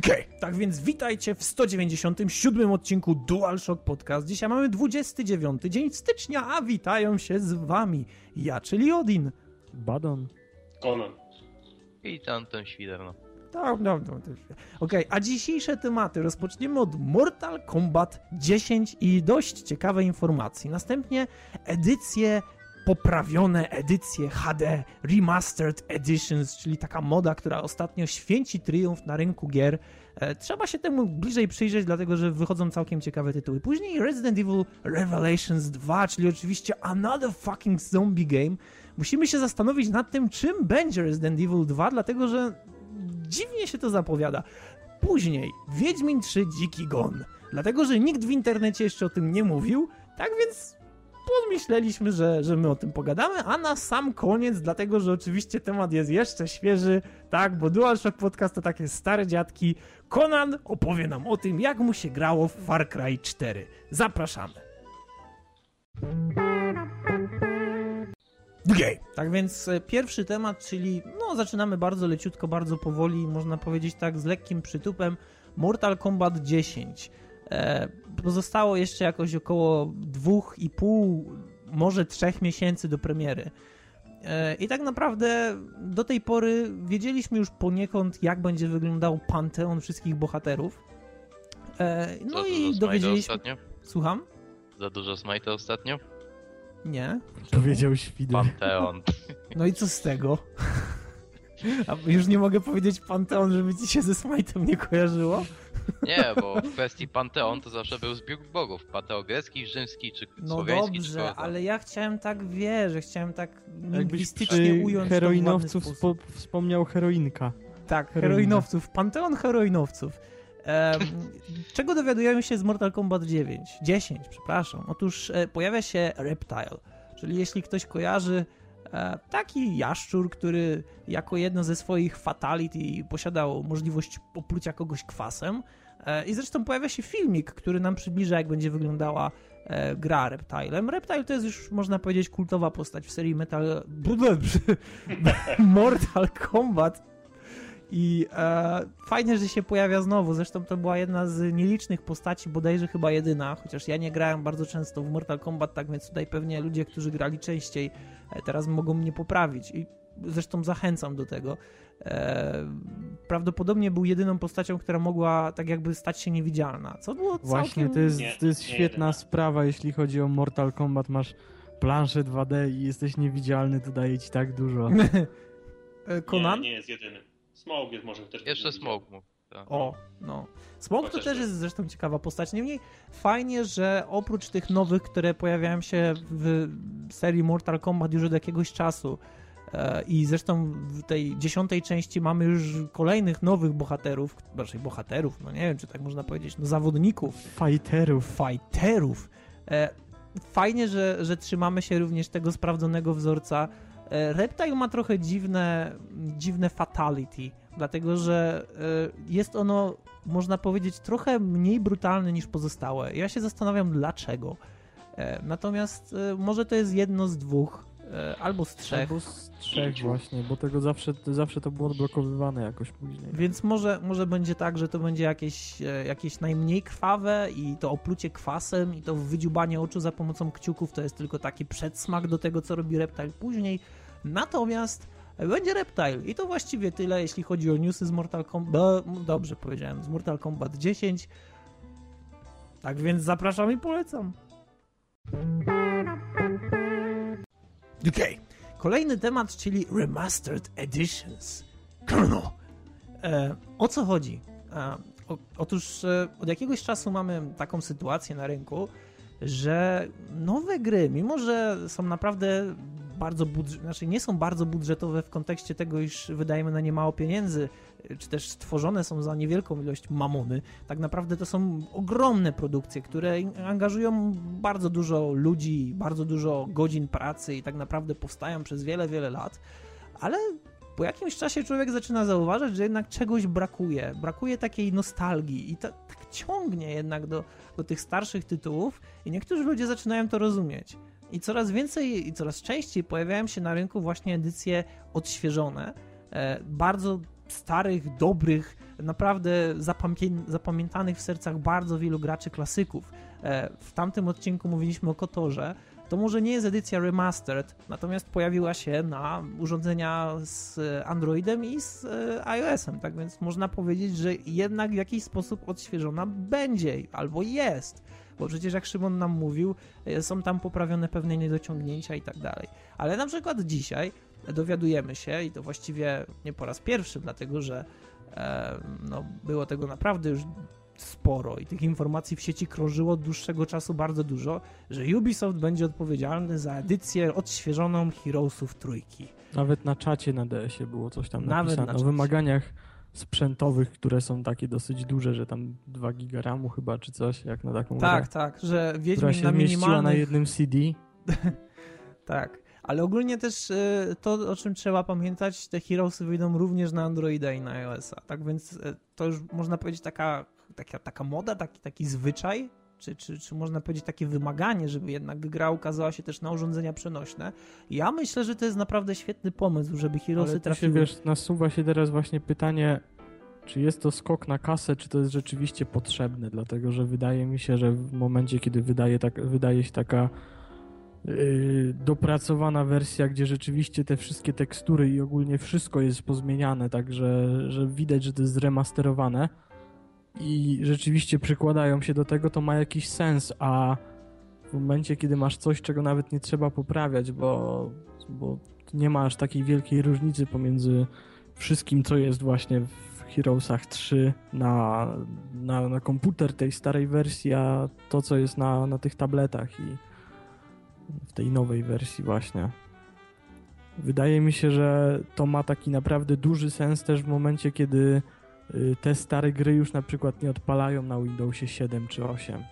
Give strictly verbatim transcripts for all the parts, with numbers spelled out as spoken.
Okej, okay, tak więc witajcie w sto dziewięćdziesiątym siódmym odcinku DualShock Podcast. Dzisiaj mamy dwudziesty dziewiąty dzień stycznia, a witają się z wami ja, czyli Odin. Badon. Conan. I tam ten świder, no. Tak, no, no. Okej, okay, a dzisiejsze tematy rozpoczniemy od Mortal Kombat dziesięć i dość ciekawe informacji. Następnie edycje poprawione, edycje H D, Remastered Editions, czyli taka moda, która ostatnio święci triumf na rynku gier. E, trzeba się temu bliżej przyjrzeć, dlatego że wychodzą całkiem ciekawe tytuły. Później Resident Evil Revelations dwa, czyli oczywiście another fucking zombie game. Musimy się zastanowić nad tym, czym będzie Resident Evil dwa, dlatego że dziwnie się to zapowiada. Później Wiedźmin trzy Dziki Gon, dlatego że nikt w internecie jeszcze o tym nie mówił, tak więc pomyśleliśmy, że, że my o tym pogadamy, a na sam koniec, dlatego że oczywiście temat jest jeszcze świeży, tak, bo DualShock Podcast to takie stare dziadki, Conan opowie nam o tym, jak mu się grało w Far Cry cztery. Zapraszamy. Okej, okay, tak więc pierwszy temat, czyli no zaczynamy bardzo leciutko, bardzo powoli, można powiedzieć tak z lekkim przytupem, Mortal Kombat dziesięć. E, pozostało jeszcze jakoś około dwóch i pół, może trzech miesięcy do premiery. E, I tak naprawdę do tej pory wiedzieliśmy już poniekąd, jak będzie wyglądał panteon wszystkich bohaterów. E, no Za i dużo dowiedzieliśmy... ostatnio? Słucham? Za dużo Smite'a ostatnio? Nie. Powiedział świder. Panteon. No i co z tego? A już nie mogę powiedzieć Panteon, żeby ci się ze Smite'em nie kojarzyło? Nie, bo w kwestii Panteon to zawsze był zbiór bogów. Panteon grecki, rzymski czy no słowiański. Dobrze, czy kogo. ale ja chciałem tak, wiesz, że chciałem tak Jakbyś lingwistycznie ująć heroinowców to w ładny spo- wspomniał heroinka. Tak, Heroina. heroinowców, Panteon heroinowców. Um, czego dowiadujemy się z Mortal Kombat dziewięć? dziesięć, przepraszam. Otóż e, pojawia się Reptile, czyli jeśli ktoś kojarzy e, taki jaszczur, który jako jedno ze swoich fatality posiadał możliwość oplucia kogoś kwasem. E, I zresztą pojawia się filmik, który nam przybliża, jak będzie wyglądała e, gra Reptilem. Reptile to jest już, można powiedzieć, kultowa postać w serii Metal... Mortal Kombat. I e, fajnie, że się pojawia znowu, zresztą to była jedna z nielicznych postaci, bodajże chyba jedyna, chociaż ja nie grałem bardzo często w Mortal Kombat, tak więc tutaj pewnie ludzie, którzy grali częściej, e, teraz mogą mnie poprawić i zresztą zachęcam do tego. E, prawdopodobnie był jedyną postacią, która mogła tak jakby stać się niewidzialna, co było całkiem... Właśnie, to jest, Nie, to jest nie świetna jedyna. sprawa, jeśli chodzi o Mortal Kombat, masz planszę dwa D i jesteś niewidzialny, to daje ci tak dużo. e, Conan? Nie, nie jest jedyny. Smog jest może też... Jeszcze nie widział. Smog mógł. Tak. O, no. Smoke to Chociaż też to- jest zresztą ciekawa postać. Niemniej fajnie, że oprócz tych nowych, które pojawiają się w serii Mortal Kombat już od jakiegoś czasu e, i zresztą w tej dziesiątej części mamy już kolejnych nowych bohaterów, raczej bohaterów, no nie wiem, czy tak można powiedzieć, no zawodników, Fighterów. fighterów. E, fajnie, że, że trzymamy się również tego sprawdzonego wzorca. E, Reptile ma trochę dziwne, dziwne fatality, dlatego że e, jest ono, można powiedzieć, trochę mniej brutalne niż pozostałe. Ja się zastanawiam dlaczego. E, natomiast e, może to jest jedno z dwóch, e, albo z trzech. Albo z trzech właśnie, bo tego zawsze, zawsze to było odblokowywane jakoś później. Więc może, może będzie tak, że to będzie jakieś, e, jakieś najmniej krwawe i to oplucie kwasem i to wydziubanie oczu za pomocą kciuków to jest tylko taki przedsmak do tego, co robi Reptile później. Natomiast będzie Reptile i to właściwie tyle, jeśli chodzi o newsy z Mortal Kombat. Dobrze powiedziałem, z Mortal Kombat dziesięć. Tak więc zapraszam i polecam. Okej. Okay. Kolejny temat, czyli Remastered Editions. Colonel. E, o co chodzi? E, o, otóż e, od jakiegoś czasu mamy taką sytuację na rynku, że nowe gry, mimo że są naprawdę bardzo budż- znaczy nie są bardzo budżetowe w kontekście tego, iż wydajemy na nie mało pieniędzy, czy też stworzone są za niewielką ilość mamony, tak naprawdę to są ogromne produkcje, które angażują bardzo dużo ludzi, bardzo dużo godzin pracy i tak naprawdę powstają przez wiele, wiele lat, ale po jakimś czasie człowiek zaczyna zauważać, że jednak czegoś brakuje. Brakuje takiej nostalgii i to, tak ciągnie jednak do, do tych starszych tytułów i niektórzy ludzie zaczynają to rozumieć. I coraz więcej i coraz częściej pojawiają się na rynku właśnie edycje odświeżone, e, bardzo starych, dobrych, naprawdę zapamię- zapamiętanych w sercach bardzo wielu graczy klasyków. E, w tamtym odcinku mówiliśmy o Kotorze. To może nie jest edycja remastered, natomiast pojawiła się na urządzenia z Androidem i z e, iOS-em, tak więc można powiedzieć, że jednak w jakiś sposób odświeżona będzie, albo jest, bo przecież jak Szymon nam mówił, e, są tam poprawione pewne niedociągnięcia i tak dalej. Ale na przykład dzisiaj dowiadujemy się, i to właściwie nie po raz pierwszy, dlatego że e, no, było tego naprawdę już sporo i tych informacji w sieci krążyło od dłuższego czasu bardzo dużo, że Ubisoft będzie odpowiedzialny za edycję odświeżoną Heroesów trójki. Nawet na czacie na D S-ie było coś tam Nawet napisane na o czacie. wymaganiach sprzętowych, które są takie dosyć duże, że tam dwa giga ramu chyba, czy coś, jak na taką Tak, grę, tak, że która Wiedźmin się na mieściła minimalnych... na jednym C D. Tak, ale ogólnie też y, to, o czym trzeba pamiętać, te Heroesy wyjdą również na Androida i na iOS-a, tak więc y, to już można powiedzieć taka, taka, taka moda, taki, taki zwyczaj, czy, czy, czy można powiedzieć takie wymaganie, żeby jednak gra ukazała się też na urządzenia przenośne. Ja myślę, że to jest naprawdę świetny pomysł, żeby Heroesy Ale tu się, trafiły. wiesz, nasuwa się teraz właśnie pytanie, czy jest to skok na kasę, czy to jest rzeczywiście potrzebne, dlatego że wydaje mi się, że w momencie, kiedy wydaje, tak, wydaje się taka yy, dopracowana wersja, gdzie rzeczywiście te wszystkie tekstury i ogólnie wszystko jest pozmieniane, także że widać, że to jest zremasterowane i rzeczywiście przykładają się do tego, to ma jakiś sens, a w momencie, kiedy masz coś, czego nawet nie trzeba poprawiać, bo, bo nie ma aż takiej wielkiej różnicy pomiędzy wszystkim, co jest właśnie w Heroesach trzy na, na, na komputer tej starej wersji, a to, co jest na, na tych tabletach i w tej nowej wersji właśnie. Wydaje mi się, że to ma taki naprawdę duży sens też w momencie, kiedy y, te stare gry już na przykład nie odpalają na Windowsie siedem czy osiem.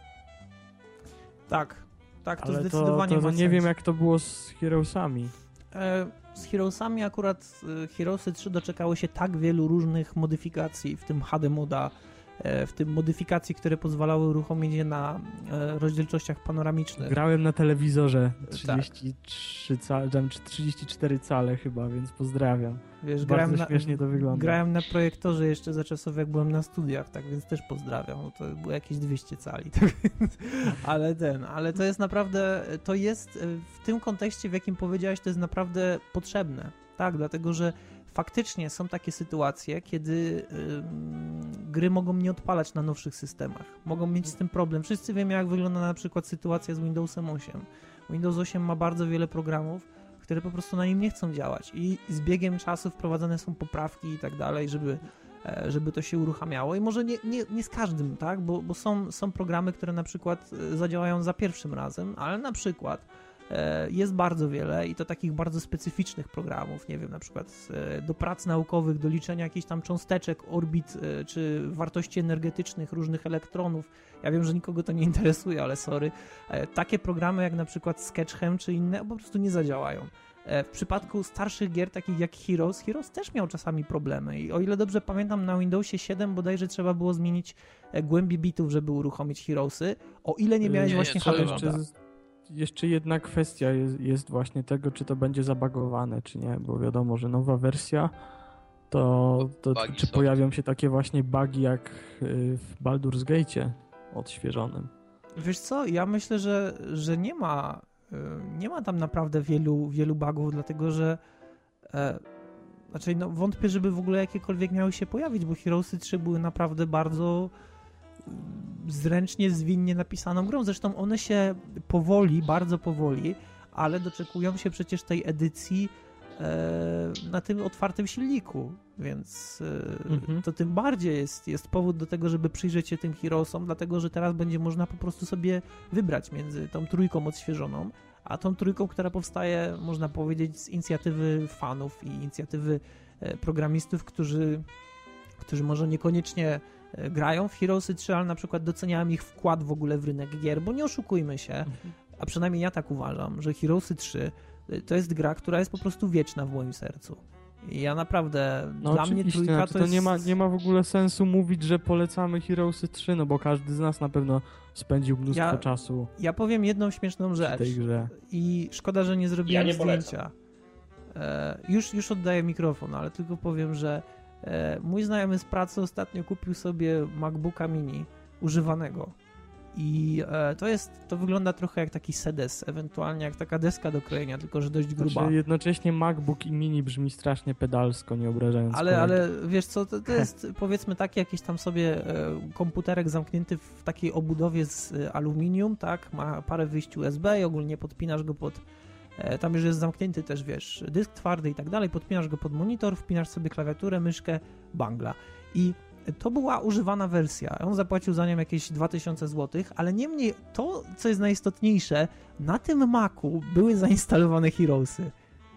Tak, tak, to Ale to, zdecydowanie to, to ma nie sens. wiem, jak to było z Heroesami. E, z Heroesami akurat e, Heroesy trzy doczekały się tak wielu różnych modyfikacji, w tym H D moda, e, w tym modyfikacji, które pozwalały uruchomić je na e, rozdzielczościach panoramicznych. Grałem na telewizorze trzydzieści trzy Tak. cale, tam trzydzieści cztery cale chyba, więc pozdrawiam. Wiesz, Bardzo grałem na, śmiesznie to wygląda. grałem na projektorze jeszcze za czasów, jak byłem na studiach, tak więc też pozdrawiam. No to było jakieś dwieście cali, tak więc, ale ten, ale to jest naprawdę, to jest w tym kontekście, w jakim powiedziałeś, to jest naprawdę potrzebne, tak, dlatego, że faktycznie są takie sytuacje, kiedy ym, gry mogą nie odpalać na nowszych systemach, mogą mieć z tym problem. Wszyscy wiemy, jak wygląda na przykład sytuacja z Windowsem osiem. Windows osiem ma bardzo wiele programów, które po prostu na nim nie chcą działać i z biegiem czasu wprowadzane są poprawki i tak dalej, żeby, żeby to się uruchamiało i może nie, nie, nie z każdym, tak, bo, bo są, są programy, które na przykład zadziałają za pierwszym razem, ale na przykład jest bardzo wiele i to takich bardzo specyficznych programów, nie wiem, na przykład do prac naukowych, do liczenia jakichś tam cząsteczek, orbit czy wartości energetycznych różnych elektronów. Ja wiem, że nikogo to nie interesuje, ale sorry. Takie programy jak na przykład Sketchem czy inne po prostu nie zadziałają. W przypadku starszych gier, takich jak Heroes, Heroes też miał czasami problemy i o ile dobrze pamiętam, na Windowsie siedem bodajże trzeba było zmienić głębi bitów, żeby uruchomić Heroesy, o ile nie miałeś Nie, właśnie trzeba H D było. moda. Jeszcze jedna kwestia jest, jest właśnie tego, czy to będzie zabagowane, czy nie, bo wiadomo, że nowa wersja to, to Bugi czy są. pojawią się takie właśnie bugi jak w Baldur's Gate'cie odświeżonym. Wiesz co, ja myślę, że, że nie ma y, nie ma tam naprawdę wielu, wielu bugów, dlatego że e, znaczy no, wątpię, żeby w ogóle jakiekolwiek miały się pojawić, bo Heroesy trzy były naprawdę bardzo y, zręcznie, zwinnie napisaną grą. Zresztą one się powoli, bardzo powoli, ale doczekują się przecież tej edycji e, na tym otwartym silniku, więc e, Mhm. to tym bardziej jest, jest powód do tego, żeby przyjrzeć się tym Heroesom, dlatego że teraz będzie można po prostu sobie wybrać między tą trójką odświeżoną, a tą trójką, która powstaje, można powiedzieć, z inicjatywy fanów i inicjatywy e, programistów, którzy, którzy może niekoniecznie e, grają w Heroesy trzy, ale na przykład doceniają ich wkład w ogóle w rynek gier, bo nie oszukujmy się, a przynajmniej ja tak uważam, że Heroesy trzy to jest gra, która jest po prostu wieczna w moim sercu. I ja naprawdę, No dla mnie oczywiście, trójka znaczy to to jest... nie ma, nie ma w ogóle sensu mówić, że polecamy Heroesy trzy, no bo każdy z nas na pewno spędził mnóstwo Ja- czasu Ja powiem jedną śmieszną w rzecz tej grze. i szkoda, że nie zrobiłem Ja nie polecam. zdjęcia. E, już, już oddaję mikrofon, ale tylko powiem, że E, mój znajomy z pracy ostatnio kupił sobie MacBooka Mini używanego i e, to jest, to wygląda trochę jak taki sedes, ewentualnie jak taka deska do krojenia, tylko że dość gruba. Znaczy, jednocześnie MacBook i Mini brzmi strasznie pedalsko, nie obrażając Ale, kolegi. ale wiesz co, to, to jest powiedzmy taki jakiś tam sobie e, komputerek zamknięty w takiej obudowie z e, aluminium, tak, ma parę wyjść U S B i ogólnie podpinasz go pod, e, tam już jest zamknięty też, wiesz, dysk twardy i tak dalej, podpinasz go pod monitor, wpinasz sobie klawiaturę, myszkę, bangla. I to była używana wersja. On zapłacił za nią jakieś dwa tysiące złotych, ale niemniej to, co jest najistotniejsze, na tym Macu były zainstalowane Heroesy.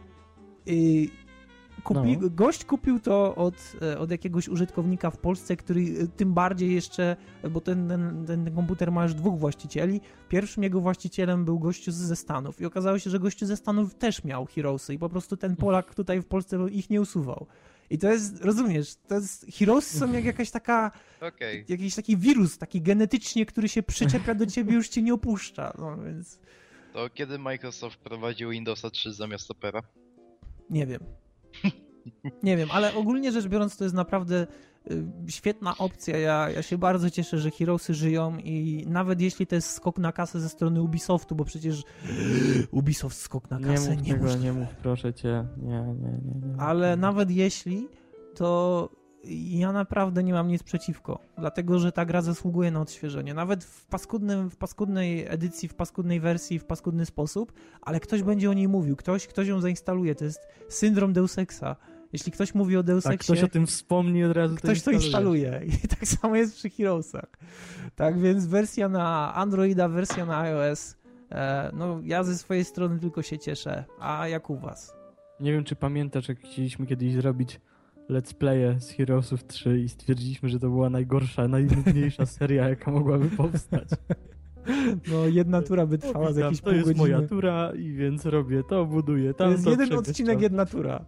I kupi, No. Gość kupił to od, od jakiegoś użytkownika w Polsce, który tym bardziej jeszcze, bo ten, ten, ten komputer ma już dwóch właścicieli. Pierwszym jego właścicielem był gościu ze Stanów i okazało się, że gościu ze Stanów też miał Heroesy i po prostu ten Polak tutaj w Polsce ich nie usuwał. I to jest, rozumiesz, to jest, Heroesy są jak jakaś taka, Okej. jakiś taki wirus, taki genetycznie, który się przyczepia do ciebie i już cię nie opuszcza, no więc To kiedy Microsoft wprowadził Windowsa trzy zamiast Opera? nie wiem. Nie wiem, ale ogólnie rzecz biorąc to jest naprawdę y, świetna opcja. Ja, ja się bardzo cieszę, że Heroesy żyją i nawet jeśli to jest skok na kasę ze strony Ubisoftu, bo przecież Ubisoft skok na Nie kasę, mów nie tego, może. nie mów, proszę cię. Nie, nie, nie. nie. Ale nawet jeśli, to ja naprawdę nie mam nic przeciwko, dlatego że ta gra zasługuje na odświeżenie. Nawet w, paskudnym, w paskudnej edycji, w paskudnej wersji, w paskudny sposób, ale ktoś będzie o niej mówił, ktoś, ktoś ją zainstaluje. To jest syndrom Deus Exa. Jeśli ktoś mówi o Deus Tak, Exie, ktoś o tym wspomni, od razu ktoś to instaluje. I tak samo jest przy Heroesach. Tak więc wersja na Androida, wersja na iOS. E, no ja ze swojej strony tylko się cieszę. A jak u was? Nie wiem, czy pamiętasz, jak chcieliśmy kiedyś zrobić let's playe z Heroesów trzy i stwierdziliśmy, że to była najgorsza, najnudniejsza seria, jaka mogłaby powstać. No jedna tura by trwała O, z jakieś to pół jest godziny. moja tura i więc robię to, buduję tam. To jest to jeden przemieszczam. odcinek, jedna tura.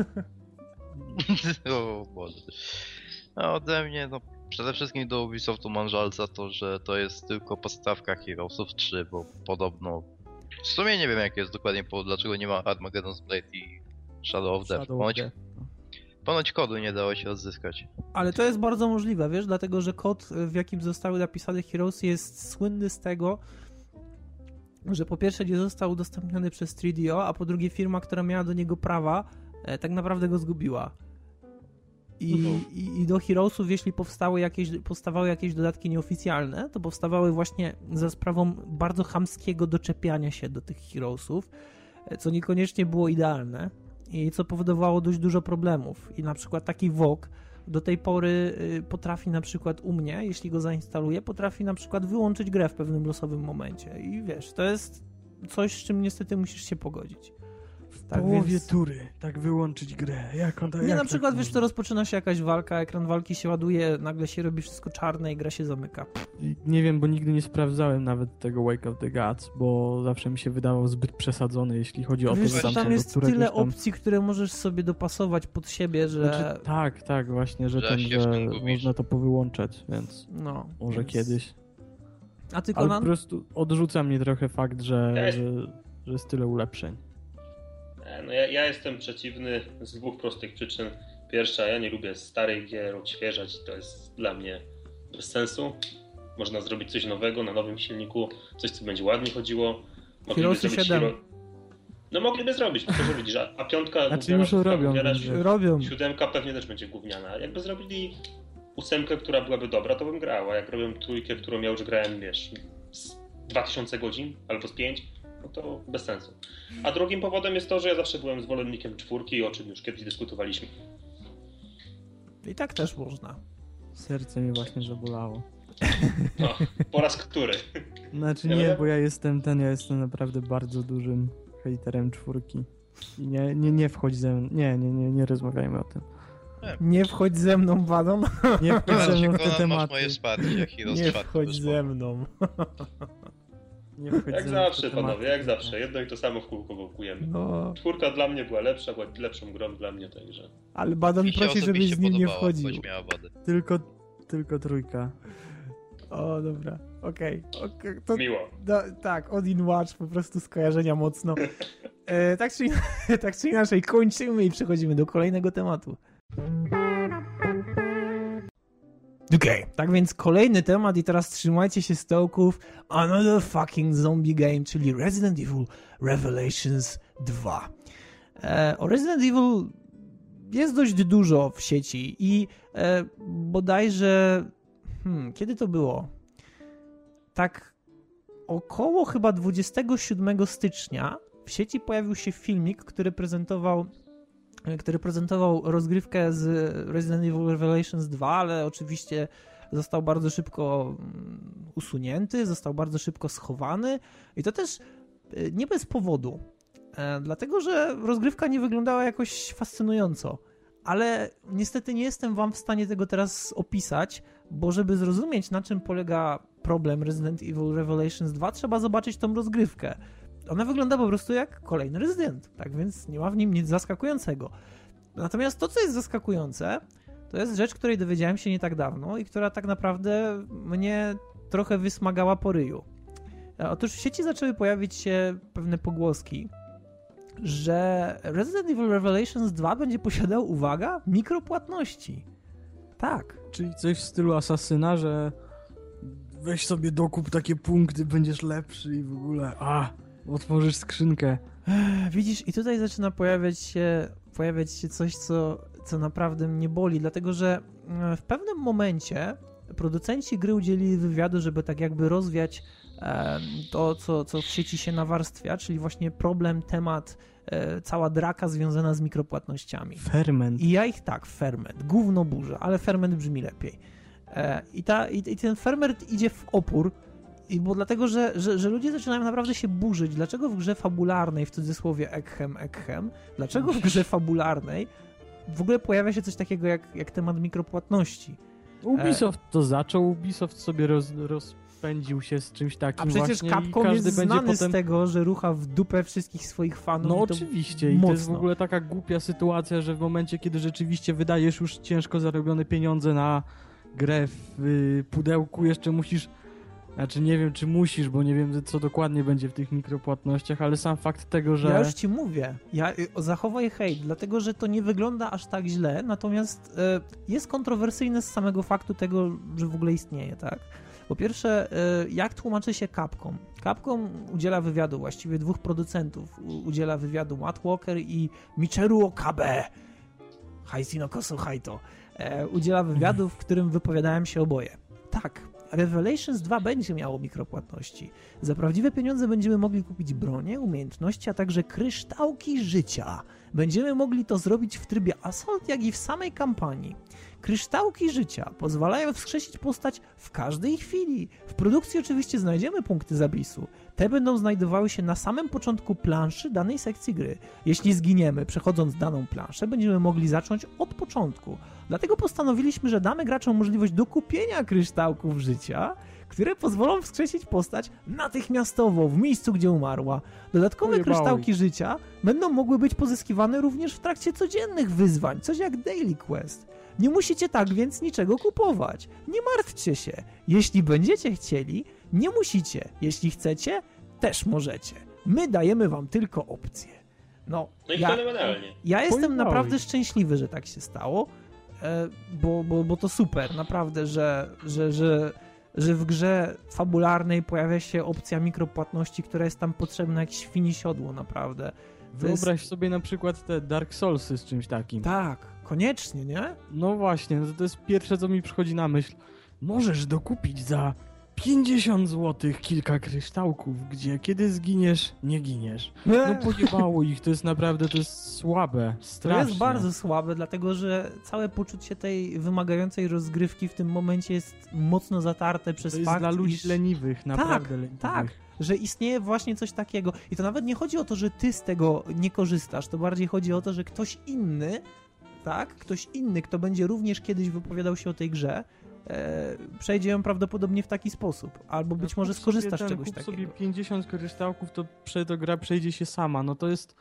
O Boże. A ode mnie, no przede wszystkim do Ubisoftu mam żal za to, że to jest tylko podstawka Heroesów trzy, bo podobno... W sumie nie wiem jak jest dokładnie, bo dlaczego nie ma Armageddon's Blade i Shadow of Death. Shadow of Ponoć, Death. ponoć kodu nie dało się odzyskać. Ale to jest bardzo możliwe, wiesz, dlatego że kod, w jakim zostały napisane Heroesy, jest słynny z tego, że po pierwsze nie został udostępniony przez trzy D O, a po drugie firma, która miała do niego prawa, e, tak naprawdę go zgubiła. I, i, I do Heroesów, jeśli powstały jakieś, powstawały jakieś dodatki nieoficjalne, to powstawały właśnie za sprawą bardzo chamskiego doczepiania się do tych Heroesów, e, co niekoniecznie było idealne i co powodowało dość dużo problemów. I na przykład taki W O G do tej pory y, potrafi na przykład u mnie, jeśli go zainstaluję, potrafi na przykład wyłączyć grę w pewnym losowym momencie. I wiesz, to jest coś, z czym niestety musisz się pogodzić. W Tak połowie więc- tury tak wyłączyć grę. Jak on, Nie, jak na tak przykład, wiesz, można? to rozpoczyna się jakaś walka, ekran walki się ładuje, nagle się robi wszystko czarne i gra się zamyka. Nie wiem, bo nigdy nie sprawdzałem nawet tego Wake of the Gods, bo zawsze mi się wydawał zbyt przesadzony, jeśli chodzi o to, Wiesz, że co, tam, tam są do jest któregoś tyle tam... opcji, które możesz sobie dopasować pod siebie, że... Znaczy, tak, tak, właśnie, że, Że ten, się w że tym gubisz. można to powyłączać, więc No, może więc- kiedyś. A ty, Ale po Konan? prostu odrzuca mnie trochę fakt, że, Ja jest- że, że jest tyle ulepszeń. E, No ja, ja jestem przeciwny z dwóch prostych przyczyn. Pierwsza, ja nie lubię starych gier odświeżać, to jest dla mnie bez sensu. Można zrobić coś nowego na nowym silniku, coś co będzie ładnie chodziło. Mogliby Heroesy zrobić siedem. Hero... No mogliby zrobić, tylko że widzisz, a, a piątka Znaczy gówniana, już szóstka robią, gówniana, więc- si- Robią. siódemka pewnie też będzie gówniana. Jakby zrobili ósemkę, która byłaby dobra, to bym grał, a jak robią trójkę, którą ja już grałem, wiesz, z dwa tysiące godzin albo z pięć, no to bez sensu. A drugim powodem jest to, że ja zawsze byłem zwolennikiem czwórki, o czym już kiedyś dyskutowaliśmy. I tak też można. Serce mnie właśnie zabolało. No, po raz który. Znaczy Ja nie, będę- bo ja jestem ten, ja jestem naprawdę bardzo dużym hejterem czwórki. I nie, nie, nie wchodź ze mną, nie, nie, nie, nie rozmawiajmy o tym. Nie wchodź ze mną, Badon. Nie wchodź ze Konan, mną w te Konan, masz tematy. moje wsparcie, jak Heroes Nie czwarty wchodź wyszło. ze mną. Nie wchodź Jak ze mną w te zawsze, tematy. panowie, jak zawsze. Jedno i to samo w kółko wokujemy. No, Czwórka dla mnie była lepsza, była lepszą grą dla mnie, także... ale Badon Mi się prosi, żebyś osobiście z nim nie podobała, wchodził. choć miała wady. Tylko, tylko trójka. O, dobra. Okej. Okej, to Miło. no, tak, Odin Watch, po prostu skojarzenia mocno. E, tak, czy, in- tak czy inaczej, kończymy i przechodzimy do kolejnego tematu. Okej, okay, tak więc kolejny temat i teraz trzymajcie się stołków. Another fucking zombie game, czyli Resident Evil Revelations dwa. E, o Resident Evil jest dość dużo w sieci i e, bodajże... Hmm, kiedy to było? Tak około chyba dwudziestego siódmego stycznia w sieci pojawił się filmik, który prezentował który prezentował rozgrywkę z Resident Evil Revelations dwa, ale oczywiście został bardzo szybko usunięty, został bardzo szybko schowany i to też nie bez powodu, dlatego że rozgrywka nie wyglądała jakoś fascynująco, ale niestety nie jestem wam w stanie tego teraz opisać, bo żeby zrozumieć, na czym polega problem Resident Evil Revelations dwa, trzeba zobaczyć tą rozgrywkę. Ona wygląda po prostu jak kolejny Resident, tak więc nie ma w nim nic zaskakującego. Natomiast to, co jest zaskakujące, to jest rzecz, której dowiedziałem się nie tak dawno i która tak naprawdę mnie trochę wysmagała po ryju. Otóż w sieci zaczęły pojawić się pewne pogłoski, że Resident Evil Revelations dwa będzie posiadał, uwaga, mikropłatności. Tak. Czyli coś w stylu Asasyna, że weź sobie dokup takie punkty, będziesz lepszy i w ogóle, a, otworzysz skrzynkę. Widzisz, i tutaj zaczyna pojawiać się, pojawiać się coś, co, co naprawdę mnie boli, dlatego że w pewnym momencie producenci gry udzielili wywiadu, żeby tak jakby rozwiać e, to, co, co w sieci się nawarstwia, czyli właśnie problem, temat, e, cała draka związana z mikropłatnościami. Ferment. I ja ich tak, ferment, gówno burza, ale ferment brzmi lepiej. E, i, ta, i, I ten ferment idzie w opór, i bo dlatego, że, że, że ludzie zaczynają naprawdę się burzyć. Dlaczego w grze fabularnej, w cudzysłowie ekhem, ekhem, dlaczego w grze fabularnej w ogóle pojawia się coś takiego jak, jak temat mikropłatności? Ubisoft to zaczął, Ubisoft sobie roz, rozpędził się z czymś takim. A przecież właśnie Capcom i każdy jest będzie znany potem... z tego, że rucha w dupę wszystkich swoich fanów. No i to oczywiście i mocno. to jest w ogóle taka głupia sytuacja, że w momencie, kiedy rzeczywiście wydajesz już ciężko zarobione pieniądze na grę w y, pudełku, jeszcze musisz... Znaczy nie wiem, czy musisz, bo nie wiem, co dokładnie będzie w tych mikropłatnościach, ale sam fakt tego, że... Ja już ci mówię, ja, zachowaj hejt, dlatego, że to nie wygląda aż tak źle, natomiast e, jest kontrowersyjne z samego faktu tego, że w ogóle istnieje, tak? Po pierwsze, e, jak tłumaczy się Capcom? Capcom udziela wywiadu, właściwie dwóch producentów u, udziela wywiadu, Matt Walker i Michiru Okabe. Haisino Kosu Haito. E, udziela wywiadu, w którym wypowiadałem się oboje. Tak. Revelations dwa będzie miało mikropłatności. Za prawdziwe pieniądze będziemy mogli kupić bronię, umiejętności, a także kryształki życia. Będziemy mogli to zrobić w trybie Assault, jak i w samej kampanii. Kryształki życia pozwalają wskrzesić postać w każdej chwili. W produkcji oczywiście znajdziemy punkty zapisu. Te będą znajdowały się na samym początku planszy danej sekcji gry. Jeśli zginiemy, przechodząc daną planszę, będziemy mogli zacząć od początku. Dlatego postanowiliśmy, że damy graczom możliwość dokupienia kryształków życia, które pozwolą wskrzesić postać natychmiastowo w miejscu, gdzie umarła. Dodatkowe Ujebały. kryształki życia będą mogły być pozyskiwane również w trakcie codziennych wyzwań, coś jak Daily Quest. Nie musicie tak więc niczego kupować. Nie martwcie się. Jeśli będziecie chcieli, nie musicie. Jeśli chcecie, też możecie. My dajemy wam tylko opcję. No, No i ja, fenomenalnie. ja jestem Pojebałeś. naprawdę szczęśliwy, że tak się stało, e, bo, bo, bo to super, naprawdę, że, że, że, że w grze fabularnej pojawia się opcja mikropłatności, która jest tam potrzebna jak świni siodło, naprawdę. To Wyobraź jest... sobie na przykład te Dark Soulsy z czymś takim. Tak, koniecznie, nie? No właśnie, no to jest pierwsze, co mi przychodzi na myśl. Możesz dokupić za pięćdziesiąt złotych kilka kryształków, gdzie kiedy zginiesz, nie giniesz. No pojebało ich, to jest naprawdę, to jest słabe, To strasznie. jest bardzo słabe, dlatego że całe poczucie tej wymagającej rozgrywki w tym momencie jest mocno zatarte przez To jest fakt, dla ludzi iż... leniwych, naprawdę leniwych. Tak, że istnieje właśnie coś takiego. I to nawet nie chodzi o to, że ty z tego nie korzystasz, to bardziej chodzi o to, że ktoś inny, tak, ktoś inny, kto będzie również kiedyś wypowiadał się o tej grze, e, przejdzie ją prawdopodobnie w taki sposób. Albo być No, może kup skorzystasz z sobie ten, czegoś kup takiego. sobie pięćdziesiąt kryształków, to prze, to gra przejdzie się sama. No to jest...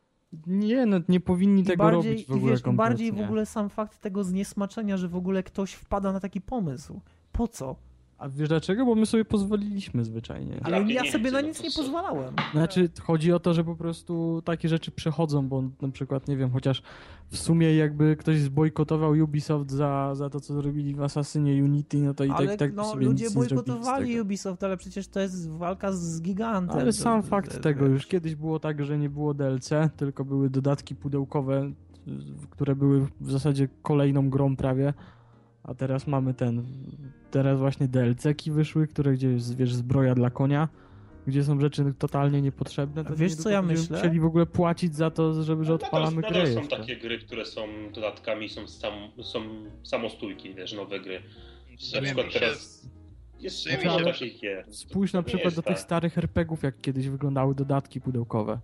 Nie, no nie powinni I tego bardziej, robić w i ogóle wiesz, i kompletnie. bardziej w ogóle sam fakt tego zniesmaczenia, że w ogóle ktoś wpada na taki pomysł. Po co? A wiesz dlaczego? Bo my sobie pozwoliliśmy zwyczajnie. Ale ja pieniędzy, sobie na no nic to nie co? pozwalałem. Znaczy, chodzi o to, że po prostu takie rzeczy przechodzą, bo na przykład, nie wiem, chociaż w sumie jakby ktoś zbojkotował Ubisoft za, za to, co zrobili w Assassinie Unity, no to i Ale tak, i tak no, sobie ludzie nic nie zrobili z bojkotowali tego. Ubisoft, ale przecież to jest walka z gigantem. Ale To- sam to- fakt to- tego, już kiedyś było tak, że nie było D L C, tylko były dodatki pudełkowe, które były w zasadzie kolejną grą prawie, a teraz mamy ten, teraz właśnie D L C-ki wyszły, które gdzie jest, wiesz, zbroja dla konia, gdzie są rzeczy totalnie niepotrzebne, to Wiesz, nie co ja będziemy myślę? musieli w ogóle płacić za to, żeby, że odpalamy nadal, grę nadal są jeszcze. takie gry, które są dodatkami, są, sam, są samostójki, wiesz, nowe gry. W Na sumie przykład mi się... teraz jest w sumie dużo mi się- takich gier. Spójrz na To nie przykład jest do tych tak. starych er pe gie ów, jak kiedyś wyglądały dodatki pudełkowe.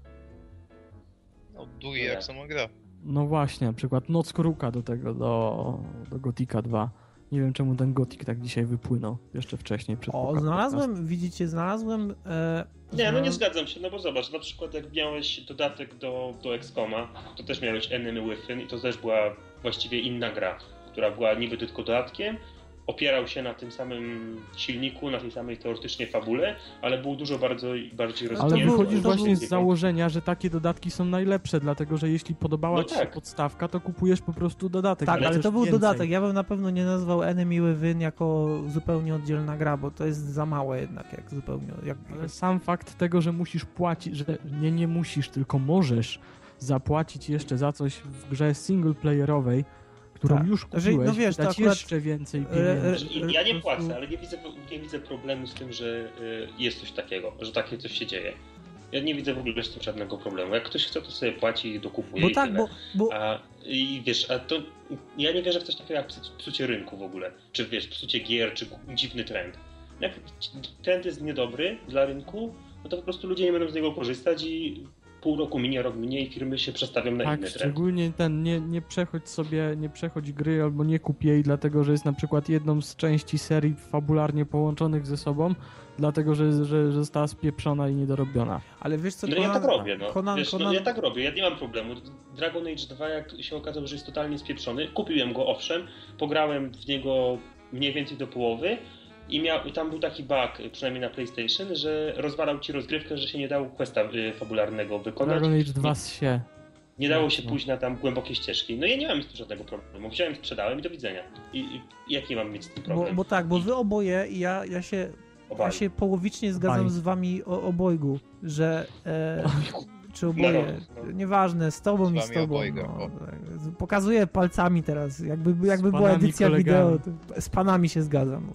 No, długie jak sama gra. No właśnie, na przykład Noc Kruka do tego, do, do Gotika dwa. Nie wiem czemu ten Gotik tak dzisiaj wypłynął, jeszcze wcześniej przed O, pokazem. znalazłem, widzicie, znalazłem... E, Nie, no nie znalaz- zgadzam się, no bo zobacz, na przykład jak miałeś dodatek do, do X COMa, to też miałeś Enemy Within i to też była właściwie inna gra, która była niby tylko dodatkiem, opierał się na tym samym silniku, na tej samej teoretycznie fabule, ale był dużo bardzo bardziej Ale Ale to był- wychodzisz to właśnie był- z założenia, że takie dodatki są najlepsze, dlatego że jeśli podobała No ci tak. się podstawka, to kupujesz po prostu dodatek. Tak, nie ale chcesz to był więcej. dodatek. Ja bym na pewno nie nazwał Enemy Within jako zupełnie oddzielna gra, bo to jest za małe jednak, jak zupełnie... Jak, Ale sam fakt tego, że musisz płacić, że nie, nie musisz, tylko możesz zapłacić jeszcze za coś w grze singleplayerowej, którą Tak. już Że- kupiłeś, no wiesz, to dać akurat- jeszcze więcej e, pieniędzy. I ja nie Po prostu- płacę, ale nie widzę, nie widzę problemu z tym, że y, jest coś takiego, że takie coś się dzieje. Ja nie widzę w ogóle z tym żadnego problemu. Jak ktoś chce, to sobie płaci i dokupuje Bo i tak, tyle. bo... bo A i wiesz, a to ja nie wierzę w coś takiego jak psu- psucie rynku w ogóle. Czy wiesz, psucie gier, czy dziwny trend. Jak trend jest niedobry dla rynku, no to po prostu ludzie nie będą z niego korzystać i pół roku minie, rok minie i firmy się przestawią na Tak, inny trend. szczególnie ten, nie, nie przechodź sobie, nie przechodź gry albo nie kup jej, dlatego że jest na przykład jedną z części serii fabularnie połączonych ze sobą, dlatego że, że, że została spieprzona i niedorobiona. ale wiesz co, No Conan, ja tak robię, no. Conan, Wiesz, Conan, no. Ja tak robię, ja nie mam problemu. Dragon Age dwa, jak się okazało, że jest totalnie spieprzony, kupiłem go owszem, pograłem w niego mniej więcej do połowy i miał, tam był taki bug, przynajmniej na PlayStation, że rozwalał ci rozgrywkę, że się nie dało questa y, fabularnego wykonać. Dragon Age dwa nie, z się. nie dało się mocno. pójść na tam głębokie ścieżki. No ja nie mam z tym żadnego problemu. Wziąłem, sprzedałem i do widzenia. I, i jaki mam mieć z tym bo, problem? bo tak, bo wy oboje, i ja, ja się... Ja Obaj. się połowicznie zgadzam Obaj. z wami o obojgu, że... E, czy oboje, Narodów, no. nieważne, z tobą Z i z wami tobą. obojga, No, o. tak. Pokazuję palcami teraz, jakby, jakby była panami, edycja kolegami. wideo, to z panami się zgadzam.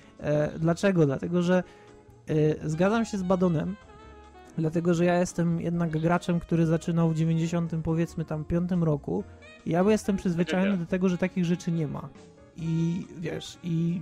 E, dlaczego? Dlatego, że e, zgadzam się z Badonem, dlatego, że ja jestem jednak graczem, który zaczynał w dziewięćdziesiątym powiedzmy tam piątym roku i ja jestem przyzwyczajony do tego, że takich rzeczy nie ma. I wiesz, i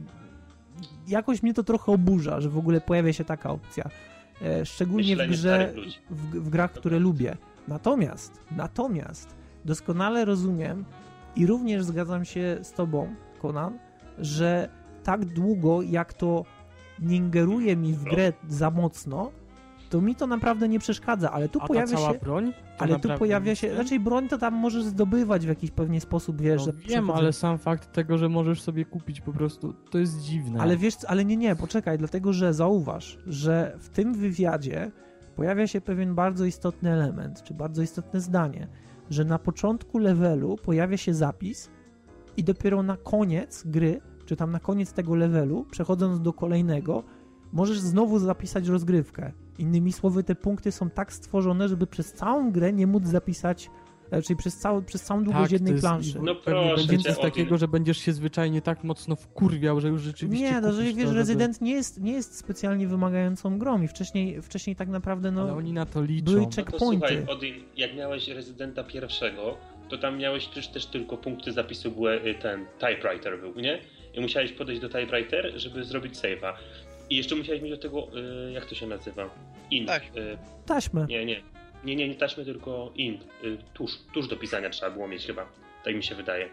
jakoś mnie to trochę oburza, że w ogóle pojawia się taka opcja. E, szczególnie w Myślenie grze, starych ludzi. w, w grach, które lubię. Natomiast, natomiast doskonale rozumiem i również zgadzam się z tobą, Conan, że tak długo jak to nie ingeruje mi w grę za mocno, to mi to naprawdę nie przeszkadza, ale tu A ta pojawia cała się... broń? To Ale tu naprawdę pojawia nic się, nie? raczej broń to tam możesz zdobywać w jakiś pewnie sposób, wiesz, No że wiem, przechodzę- ale sam fakt tego, że możesz sobie kupić po prostu, to jest dziwne. Ale wiesz, co, ale nie, nie, poczekaj, dlatego że zauważ, że w tym wywiadzie pojawia się pewien bardzo istotny element, czy bardzo istotne zdanie, że na początku levelu pojawia się zapis i dopiero na koniec gry, czy tam na koniec tego levelu, przechodząc do kolejnego, możesz znowu zapisać rozgrywkę. Innymi słowy, te punkty są tak stworzone, żeby przez całą grę nie móc zapisać, e, czyli przez, cały, przez całą długość tak, jednej to jest, planszy. No pewnie proszę będzie cię, coś takiego, Odin. że będziesz się zwyczajnie tak mocno wkurwiał, że już rzeczywiście Nie, no, że kupisz wiesz, to, żeby- Resident nie jest, nie jest specjalnie wymagającą grą i wcześniej, wcześniej tak naprawdę, no... Ale oni na to liczą. były No to checkpointy. słuchaj, Odin, jak miałeś Rezydenta pierwszego, to tam miałeś przecież też tylko punkty zapisu były y, ten typewriter był, nie? I musiałeś podejść do typewriter, żeby zrobić save'a. I jeszcze musiałeś mieć do tego, y, jak to się nazywa? Ink. Tak. Y, Taśmę. nie, nie. Nie, nie, nie taśmy, tylko ink. Y, tusz. Tusz do pisania trzeba było mieć chyba. Tak mi się wydaje. Y,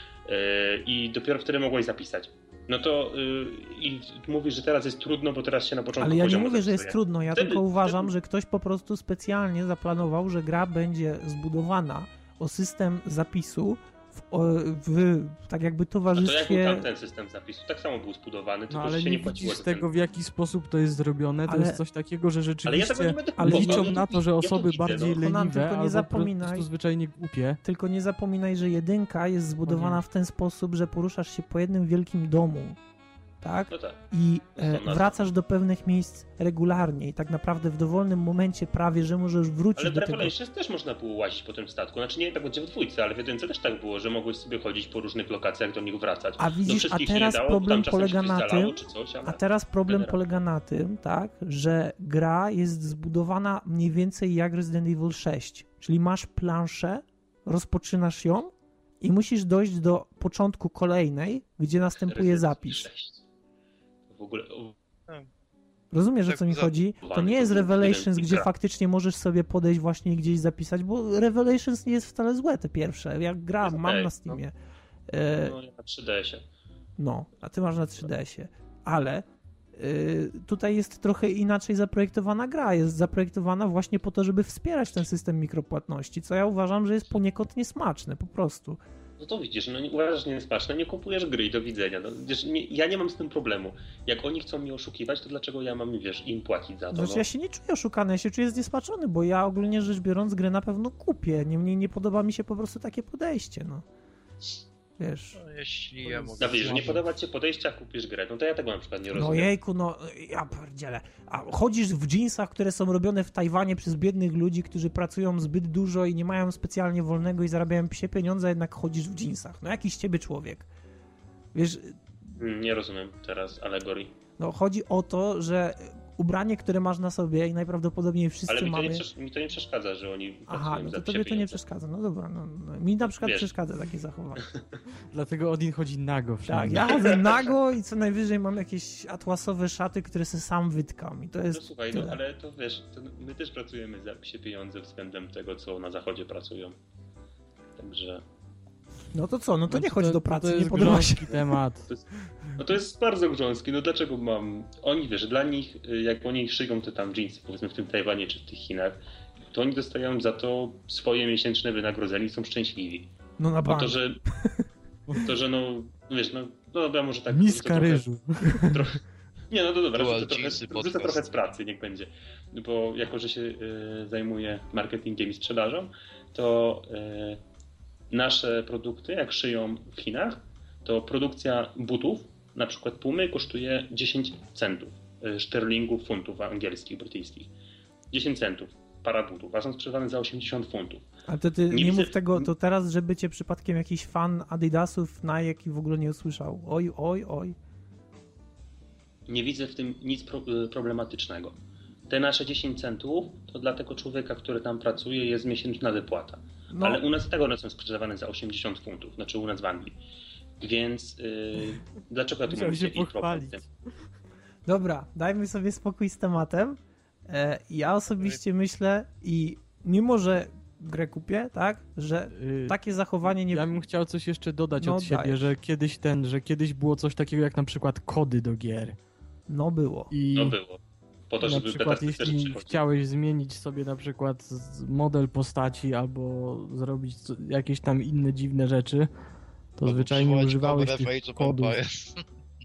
I dopiero wtedy mogłeś zapisać. No to y, i mówisz, że teraz jest trudno, bo teraz się na początku Ale ja nie poziomu mówię, że jest zapisuje. trudno, ja Wtedy- tylko uważam, wtedy- że ktoś po prostu specjalnie zaplanował, że gra będzie zbudowana o system zapisu w, w tak jakby A to jak towarzystwie... był tam ten system zapisu? Tak samo był zbudowany, tylko No ale że się nie nie płaciło widzisz za tego, ten... w jaki sposób to jest zrobione. To Ale- jest coś takiego, że Ale ja rzeczywiście tego nie będę ale kupował, liczą ja na to, że ja osoby widzę, bardziej no. Konan, leniwe tylko nie albo po zapominaj. prostu zwyczajnie głupie. Tylko nie zapominaj, że jedynka jest zbudowana Mhm. w ten sposób, że poruszasz się po jednym wielkim domu, tak? No tak. I To e, są nazwy. wracasz do pewnych miejsc regularnie i tak naprawdę w dowolnym momencie prawie, że możesz wrócić Ale w do tego. Revelations też można było łazić po tym statku. Znaczy nie tak będzie w dwójce, ale w jedynce też tak było, że mogłeś sobie chodzić po różnych lokacjach, do nich wracać. A Do widzisz, a wszystkich się teraz nie dało, bo problem tam czasem polega się na coś zalało tym, czy coś, ale... a teraz problem generalnie. polega na tym, tak, że gra jest zbudowana mniej więcej jak Resident Evil sześć, czyli masz planszę, rozpoczynasz ją i musisz dojść do początku kolejnej, gdzie następuje Resident zapis. sześć. W ogóle... o, Rozumiesz, o Tak co mi za- chodzi? To Wany nie to jest był Revelations, jeden gdzie gra. faktycznie możesz sobie podejść właśnie i gdzieś zapisać, bo Revelations nie jest wcale złe, te pierwsze. Jak gram, Jest mam okej, na no. Steamie. E, No ja na trzy D S ie. No, a ty masz na trzy D S ie. Ale y, tutaj jest trochę inaczej zaprojektowana gra. Jest zaprojektowana właśnie po to, żeby wspierać ten system mikropłatności, co ja uważam, że jest poniekąd niesmaczne, po prostu. No to widzisz, no nie uważasz, że nie jest smaczne, nie kupujesz gry i do widzenia. No, wiesz, nie, ja nie mam z tym problemu. Jak oni chcą mnie oszukiwać, to dlaczego ja mam, wiesz, im płacić za to? Znaczy no? ja się nie czuję oszukany, ja się czuję zniesmaczony, bo ja ogólnie rzecz biorąc grę na pewno kupię. Niemniej nie podoba mi się po prostu takie podejście, no. Wiesz... No, jeśli ja mogę... No wiesz, że nie słabo. podoba ci się podejście, a kupisz grę, no to ja tego na przykład nie No rozumiem. jejku, no ja pierdzielę. A chodzisz w dżinsach, które są robione w Tajwanie przez biednych ludzi, którzy pracują zbyt dużo i nie mają specjalnie wolnego i zarabiają psie pieniądze, a jednak chodzisz w dżinsach. No jakiś ciebie człowiek. Wiesz, Mm, Nie rozumiem teraz alegorii. no chodzi o to, że ubranie, które masz na sobie i najprawdopodobniej wszyscy Ale mi to, mamy... nie przesz- mi to nie przeszkadza, że oni Aha, pracują no za to psie tobie to nie pieniądze. przeszkadza. No dobra, no, no. Mi na przykład Wiesz. przeszkadza takie zachowanie. Dlatego Odin chodzi nago Tak, wszędzie. ja chodzę nago i co najwyżej mam jakieś atłasowe szaty, które sobie sam wytkam i to No jest słuchaj, no tyle. ale to wiesz, to my też pracujemy za psie pieniądze względem tego, co na zachodzie pracują. Także... No to co, no to nie Znaczy, chodź do to pracy, jest nie podoba się. grząski temat. To jest, no to jest bardzo grząski, no dlaczego mam... Oni, wiesz, dla nich, y, jak oni szyją te tam jeansy, powiedzmy w tym Tajwanie czy w tych Chinach, to oni dostają za to swoje miesięczne wynagrodzenie i są szczęśliwi. No na A bank. to, że... To, że no, wiesz, no, no dobra, może tak... Miska trochę- ryżu. Trochę, nie, no to dobra, Dual rzucę trochę, jeansy rzucę podcast. trochę z pracy, niech będzie. Bo jako, że się y, zajmuję marketingiem i sprzedażą, to y, nasze produkty, jak szyją w Chinach, to produkcja butów, na przykład Pumy, kosztuje dziesięć centów, y, szterlingów, funtów angielskich, brytyjskich. dziesięć centów, para butów, a są sprzedawane za osiemdziesiąt funtów. Ale to ty nie, Nie widzę- mów tego, to teraz, żeby cię przypadkiem jakiś fan Adidasów, Nike w ogóle nie usłyszał. Oj, oj, oj. Nie widzę w tym nic pro, y, problematycznego. Te nasze dziesięć centów to dla tego człowieka, który tam pracuje, jest miesięczna wypłata. No, Ale u nas tego one są sprzedawane za osiemdziesiąt funtów, znaczy u nas w Anglii. Więc yy, dlaczego ja tu Musiał mam się ich problem pochwalić. z tym? dobra, dajmy sobie spokój z tematem. E, ja osobiście myślę i mimo, że grę kupię, tak, że Y, takie zachowanie nie... Ja bym chciał coś jeszcze dodać No, od siebie, daj. że kiedyś ten, że kiedyś było coś takiego jak na przykład kody do gier. No było. I No było. Po to, na żeby przykład beta testerzy jeśli przychodzili. chciałeś zmienić sobie na przykład z- model postaci albo zrobić co- jakieś tam inne dziwne rzeczy, to Albo zwyczajnie przywołać używałeś cover tych Age of kodów, Empires.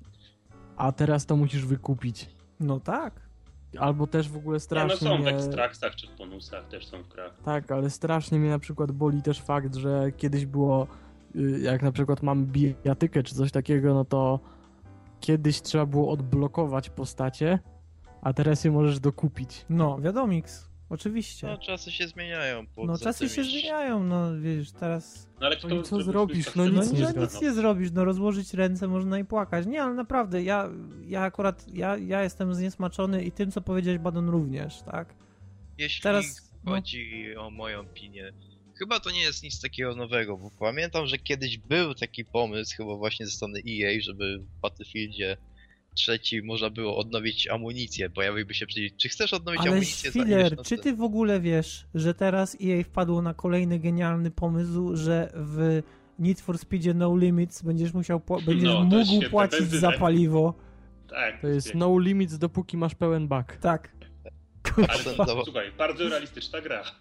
a teraz to musisz wykupić. No tak. Albo też w ogóle Nie, no strasznie są w mnie... ekstraktach czy w bonusach, też są w grach. Tak, ale strasznie mnie na przykład boli też fakt, że kiedyś było, y, jak na przykład mam bijatykę czy coś takiego, no to kiedyś trzeba było odblokować postacie, a teraz je możesz dokupić. No, wiadomix. Oczywiście. No czasy się zmieniają. poza No czasy tym się jeszcze- zmieniają, no wiesz, teraz... No ale No kto i co zrobił zrobisz? swój No No nic nic, nie no, zrobisz. nic nie zrobisz, no rozłożyć ręce można i płakać. Nie, ale naprawdę, ja, ja akurat, ja, ja jestem zniesmaczony i tym, co powiedziałeś, Badon, również, tak? Jeśli Teraz, no. chodzi o moją opinię, chyba to nie jest nic takiego nowego, bo pamiętam, że kiedyś był taki pomysł, chyba właśnie ze strony E A, żeby w Battlefieldzie trzeci można było odnowić amunicję. Pojawiłby się przycisk, czy chcesz odnowić Ale amunicję za ileś Schiller, na czy ten- ty w ogóle wiesz, że teraz E A wpadło na kolejny genialny pomysł, że w Need for Speedzie No Limits będziesz musiał, pła- będziesz No, to mógł świetne, płacić benzyna. za paliwo. Tak, To jest pięknie. no limits, dopóki masz pełen bak. Tak. Ale Ten to, dawał- słuchaj, bardzo realistyczna gra.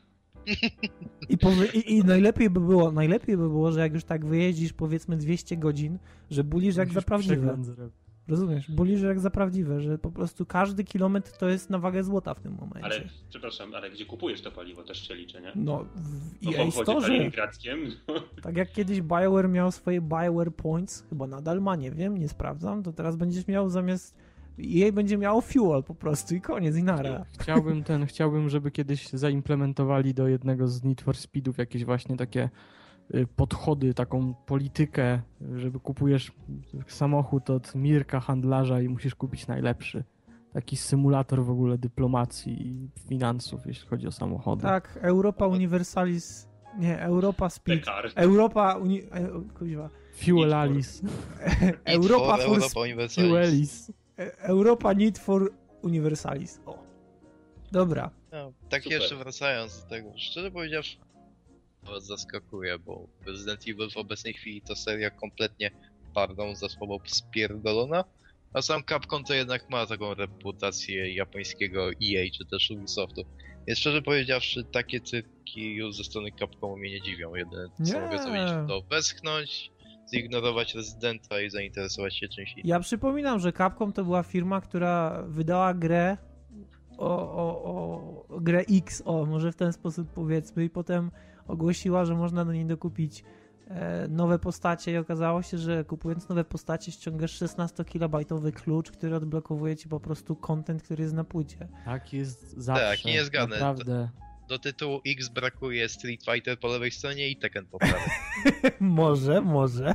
I, powie, i, I najlepiej by było, najlepiej by było, że jak już tak wyjeździsz powiedzmy dwieście godzin, że bulisz jak za prawdziwe. Rozumiesz? Bulisz jak za prawdziwe, że po prostu każdy kilometr to jest na wagę złota w tym momencie. Ale, przepraszam, ale gdzie kupujesz to paliwo, też się liczy, nie? No, w No, E A Store. Tak jak kiedyś BioWare miał swoje BioWare Points, chyba nadal ma, nie wiem, nie sprawdzam, to teraz będziesz miał zamiast E A będzie miało fuel po prostu i koniec, i nara. Chciałbym ten, chciałbym, żeby kiedyś zaimplementowali do jednego z Need for Speedów jakieś właśnie takie podchody, taką politykę, żeby kupujesz samochód od Mirka, handlarza i musisz kupić najlepszy. Taki symulator w ogóle dyplomacji i finansów, jeśli chodzi o samochody. Tak, Europa Universalis, nie, Europa Speed, Dekar. Europa, uni, e, kuźwa. Fuelalis. Europa for Europa Universalis. Fuelis. Europa Need for Universalis. O. Dobra. No, tak Super. jeszcze wracając do tego, szczerze powiedziawszy, nawet zaskakuje, bo Resident Evil w obecnej chwili to seria kompletnie twardą, za słowo spierdolona, a sam Capcom to jednak ma taką reputację japońskiego E A czy też Ubisoftu. Więc szczerze powiedziawszy, takie cyrki już ze strony Capcomu mnie nie dziwią. Jedyne co Nie. mogę zrobić to westchnąć, zignorować Residenta i zainteresować się czymś innym. Ja przypominam, że Capcom to była firma, która wydała grę o, o, o grę X, o może w ten sposób powiedzmy, i potem ogłosiła, że można do niej dokupić e, nowe postacie i okazało się, że kupując nowe postacie ściągasz szesnastokilobajtowy klucz, który odblokowuje ci po prostu content, który jest na płycie. Tak jest zawsze. Tak, nie jest zgadnę. Naprawdę. Do tytułu X brakuje Street Fighter po lewej stronie i Tekken po prawej. może, może.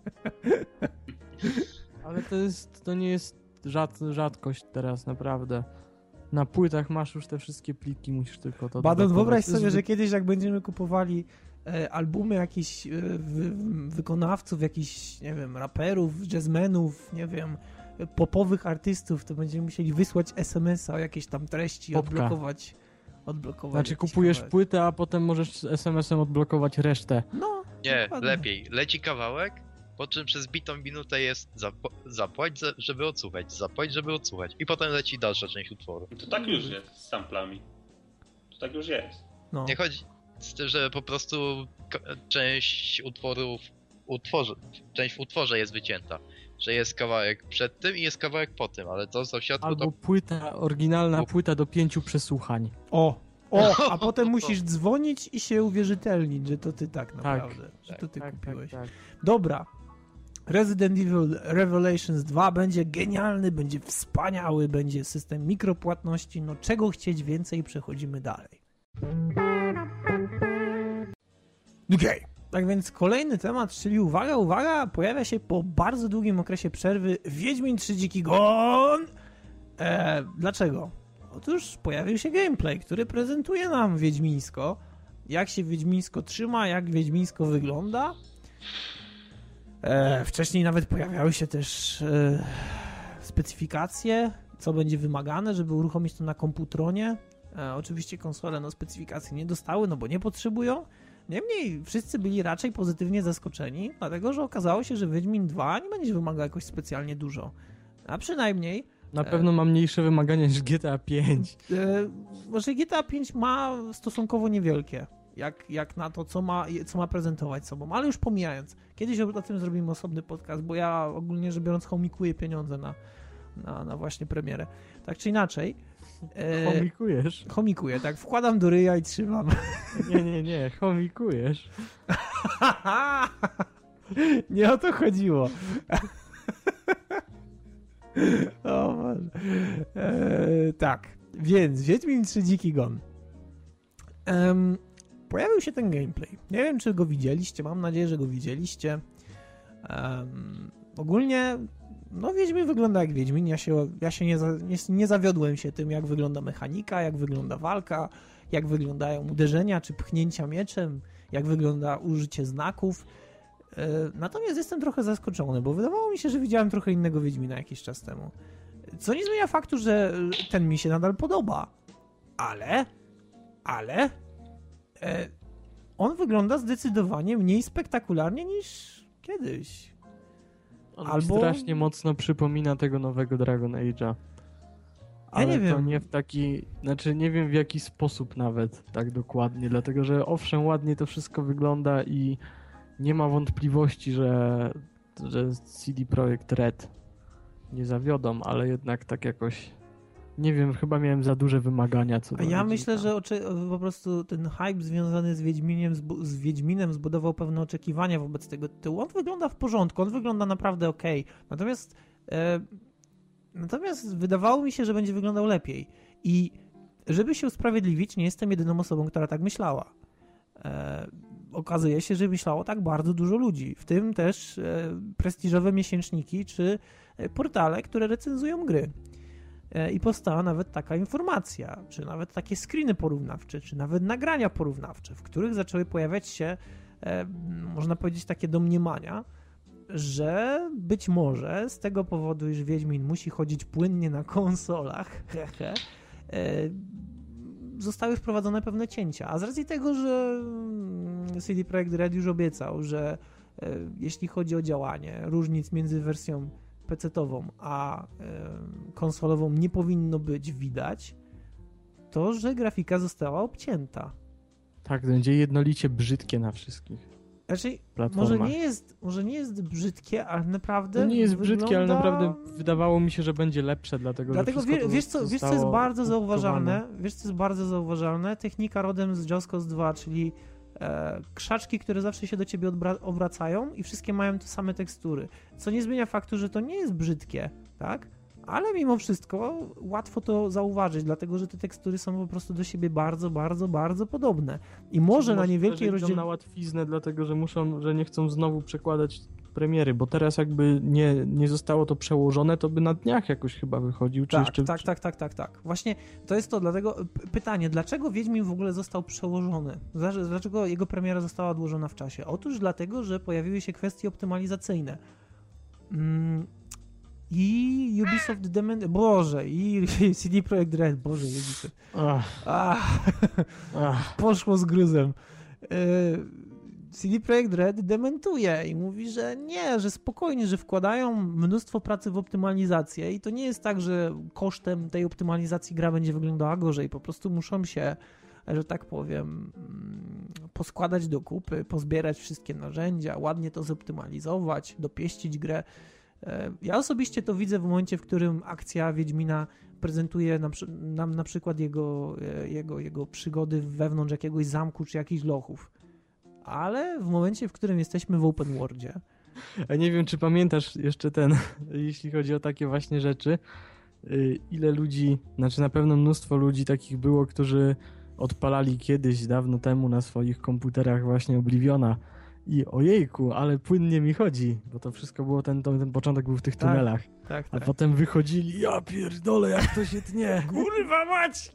Ale to jest, to nie jest rzad, rzadkość teraz, naprawdę. Na płytach masz już te wszystkie pliki, musisz tylko to Badon, wyobraź dodawać. sobie, że kiedyś jak będziemy kupowali e, albumy jakichś e, wy, wykonawców, jakichś, nie wiem, raperów, jazzmenów, nie wiem, popowych artystów, to będziemy musieli wysłać es em es a o jakieś tam treści, Popka. odblokować. odblokować Znaczy jakiś kupujesz kawałek. płytę, a potem możesz z es em es em odblokować resztę. No, Nie, dokładnie. lepiej. Leci kawałek, po czym przez bitą minutę jest zapo- zapłać, za- żeby odsłuchać, zapłać, żeby odsłuchać. I potem leci dalsza część utworu. To tak już jest z samplami. To tak już jest. No. Nie chodzi z tym, że po prostu ko- część utworów, utworze, część w utworze jest wycięta. Że jest kawałek przed tym i jest kawałek po tym, ale to co w środku Albo to... płyta, oryginalna Bo- płyta do pięciu przesłuchań. O, o, a potem musisz dzwonić i się uwierzytelnić, że to ty tak naprawdę, że to ty Tak, kupiłeś. tak, tak. Dobra. Resident Evil Revelations dwa będzie genialny, będzie wspaniały, będzie system mikropłatności, no czego chcieć więcej, przechodzimy dalej. Okej, tak więc kolejny temat, czyli uwaga, uwaga, pojawia się po bardzo długim okresie przerwy Wiedźmin trzy Dziki Gon. E, dlaczego? Otóż pojawił się gameplay, który prezentuje nam Wiedźmińsko, jak się Wiedźmińsko trzyma, jak Wiedźmińsko wygląda. E, wcześniej nawet pojawiały się też e, specyfikacje, co będzie wymagane, żeby uruchomić to na komputronie. E, oczywiście konsole no specyfikacji nie dostały, no bo nie potrzebują. Niemniej wszyscy byli raczej pozytywnie zaskoczeni, dlatego że okazało się, że Wiedźmin dwa nie będzie wymagał jakoś specjalnie dużo. A przynajmniej Na pewno ma mniejsze wymagania niż G T A pięć. E, może G T A pięć ma stosunkowo niewielkie, jak, jak na to, co ma, co ma prezentować sobą, ale już pomijając. Kiedyś o tym zrobimy osobny podcast, bo ja ogólnie rzecz biorąc chomikuję pieniądze na, na, na właśnie premierę. Tak czy inaczej. E, Chomikujesz? chomikuję, tak, wkładam do ryja i trzymam. Nie, nie, nie, chomikujesz. Nie o to chodziło. O Boże. E, tak, więc Wiedźmin trzy Dziki Gon. Em, pojawił się ten gameplay. Nie wiem, czy go widzieliście, mam nadzieję, że go widzieliście. Um, ogólnie, no Wiedźmin wygląda jak Wiedźmin. Ja się, ja się nie, za, nie, nie zawiodłem się tym, jak wygląda mechanika, jak wygląda walka, jak wyglądają uderzenia czy pchnięcia mieczem, jak wygląda użycie znaków. E, natomiast jestem trochę zaskoczony, bo wydawało mi się, że widziałem trochę innego Wiedźmina jakiś czas temu. Co nie zmienia faktu, że ten mi się nadal podoba. Ale, ale e, on wygląda zdecydowanie mniej spektakularnie niż kiedyś. On Albo- strasznie mocno przypomina tego nowego Dragon Age'a. Ale nie to wiem. nie w taki, znaczy nie wiem w jaki sposób nawet tak dokładnie, dlatego że owszem ładnie to wszystko wygląda i nie ma wątpliwości, że, że C D Projekt Red nie zawiodą, ale jednak tak jakoś, nie wiem, chyba miałem za duże wymagania co do A ja Wiedźmina. myślę, że oczy, po prostu ten hype związany z Wiedźminem, zbu- z Wiedźminem zbudował pewne oczekiwania wobec tego tytułu. On wygląda w porządku, on wygląda naprawdę okej. Natomiast e, natomiast wydawało mi się, że będzie wyglądał lepiej. I żeby się usprawiedliwić, nie jestem jedyną osobą, która tak myślała. E, okazuje się, że myślało tak bardzo dużo ludzi, w tym też e, prestiżowe miesięczniki czy e, portale, które recenzują gry. I powstała nawet taka informacja, czy nawet takie screeny porównawcze, czy nawet nagrania porównawcze, w których zaczęły pojawiać się, e, można powiedzieć, takie domniemania, że być może z tego powodu, iż Wiedźmin musi chodzić płynnie na konsolach, hehe, e, zostały wprowadzone pewne cięcia. A z racji tego, że C D Projekt Red już obiecał, że e, jeśli chodzi o działanie, różnic między wersją pecetową a y, konsolową nie powinno być widać, to, że grafika została obcięta. Tak, to będzie jednolicie brzydkie na wszystkich Znaczy, platformach. może nie jest, może nie jest brzydkie, ale naprawdę To nie jest wygląda... brzydkie, ale naprawdę wydawało mi się, że będzie lepsze, dlatego, Dlatego że wie, wszystko wiesz, co, wiesz, co jest zostało bardzo uprostowane. zauważalne? Wiesz, co jest bardzo zauważalne? Technika rodem z Just Cause dwa, czyli e, krzaczki, które zawsze się do ciebie odbra- obracają i wszystkie mają te same tekstury. Co nie zmienia faktu, że to nie jest brzydkie, tak? Ale mimo wszystko łatwo to zauważyć, dlatego że te tekstury są po prostu do siebie bardzo, bardzo, bardzo podobne. I może na niewielkiej rozdzielczości... na rozdzielczości... łatwiznę, dlatego że muszą, że nie chcą znowu przekładać premiery, bo teraz jakby nie, nie zostało to przełożone, to by na dniach jakoś chyba wychodził. Czy Tak, jeszcze... tak, tak, tak, tak, tak. Właśnie to jest to, dlatego p- pytanie, dlaczego Wiedźmin w ogóle został przełożony? Dlaczego jego premiera została odłożona w czasie? Otóż dlatego, że pojawiły się kwestie optymalizacyjne. Mm. I Ubisoft Dement... Boże, i C D Projekt Red, Boże, Ubisoft. Ach, Ach, ach. poszło z gruzem. C D Projekt Red dementuje i mówi, że nie, że spokojnie, że wkładają mnóstwo pracy w optymalizację i to nie jest tak, że kosztem tej optymalizacji gra będzie wyglądała gorzej, po prostu muszą się, że tak powiem, poskładać do kupy, pozbierać wszystkie narzędzia, ładnie to zoptymalizować, dopieścić grę. Ja osobiście to widzę w momencie, w którym akcja Wiedźmina prezentuje nam, nam na przykład jego, jego, jego przygody wewnątrz jakiegoś zamku czy jakichś lochów. Ale w momencie, w którym jesteśmy w open worldzie. A nie wiem, czy pamiętasz jeszcze ten, jeśli chodzi o takie właśnie rzeczy, ile ludzi, znaczy na pewno mnóstwo ludzi takich było, którzy odpalali kiedyś, dawno temu na swoich komputerach właśnie Obliviona i ojejku, ale płynnie mi chodzi, bo to wszystko było, ten, ten początek był w tych Tak, tunelach. Tak, A tak. potem wychodzili, ja pierdolę, jak to się tnie. Kurwa mać!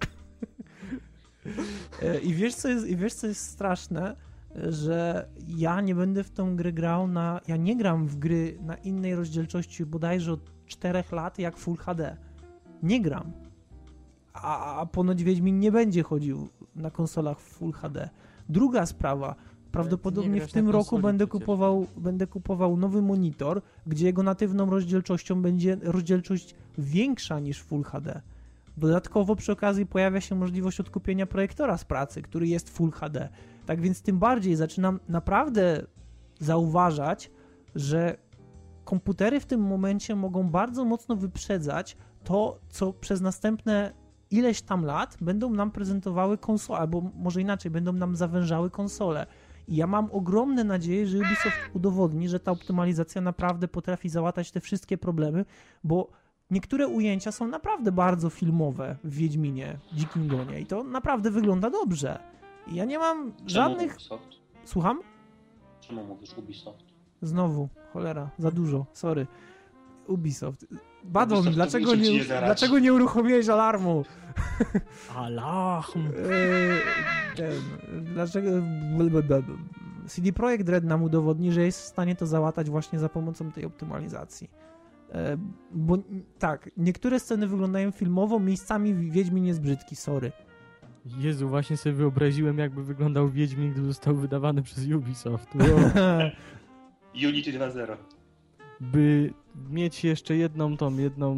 I wiesz, co jest, i wiesz, co jest straszne? Że ja nie będę w tą grę grał na... Ja nie gram w gry na innej rozdzielczości bodajże od czterech lat jak Full H D. Nie gram. A, a ponoć Wiedźmin nie będzie chodził na konsolach w Full H D. Druga sprawa. Prawdopodobnie w tym roku będę kupował, będę kupował nowy monitor, gdzie jego natywną rozdzielczością będzie rozdzielczość większa niż Full H D. Dodatkowo przy okazji pojawia się możliwość odkupienia projektora z pracy, który jest Full H D. Tak więc tym bardziej zaczynam naprawdę zauważać, że komputery w tym momencie mogą bardzo mocno wyprzedzać to, co przez następne ileś tam lat będą nam prezentowały konsole, albo może inaczej, będą nam zawężały konsole. I ja mam ogromne nadzieję, że Ubisoft udowodni, że ta optymalizacja naprawdę potrafi załatać te wszystkie problemy, bo niektóre ujęcia są naprawdę bardzo filmowe w Wiedźminie, Dzikim Gonie i to naprawdę wygląda dobrze. I ja nie mam Czemu żadnych... Ubisoft? Słucham? Czemu mówisz Ubisoft? Znowu, cholera, za dużo, sorry. Ubisoft. Badon, Ubisoft dlaczego to nie, ci nie zaradzi. dlaczego nie uruchomiłeś alarmu? Alarm! Eee, ten, dlaczego... C D Projekt Red nam udowodni, że jest w stanie to załatać właśnie za pomocą tej optymalizacji. Eee, bo tak, niektóre sceny wyglądają filmowo, miejscami Wiedźmin jest brzydki, sorry. Jezu, właśnie sobie wyobraziłem, jakby wyglądał Wiedźmin, gdy został wydawany przez Ubisoft. Wow. Unity dwa zero. By mieć jeszcze jedną tą, jedną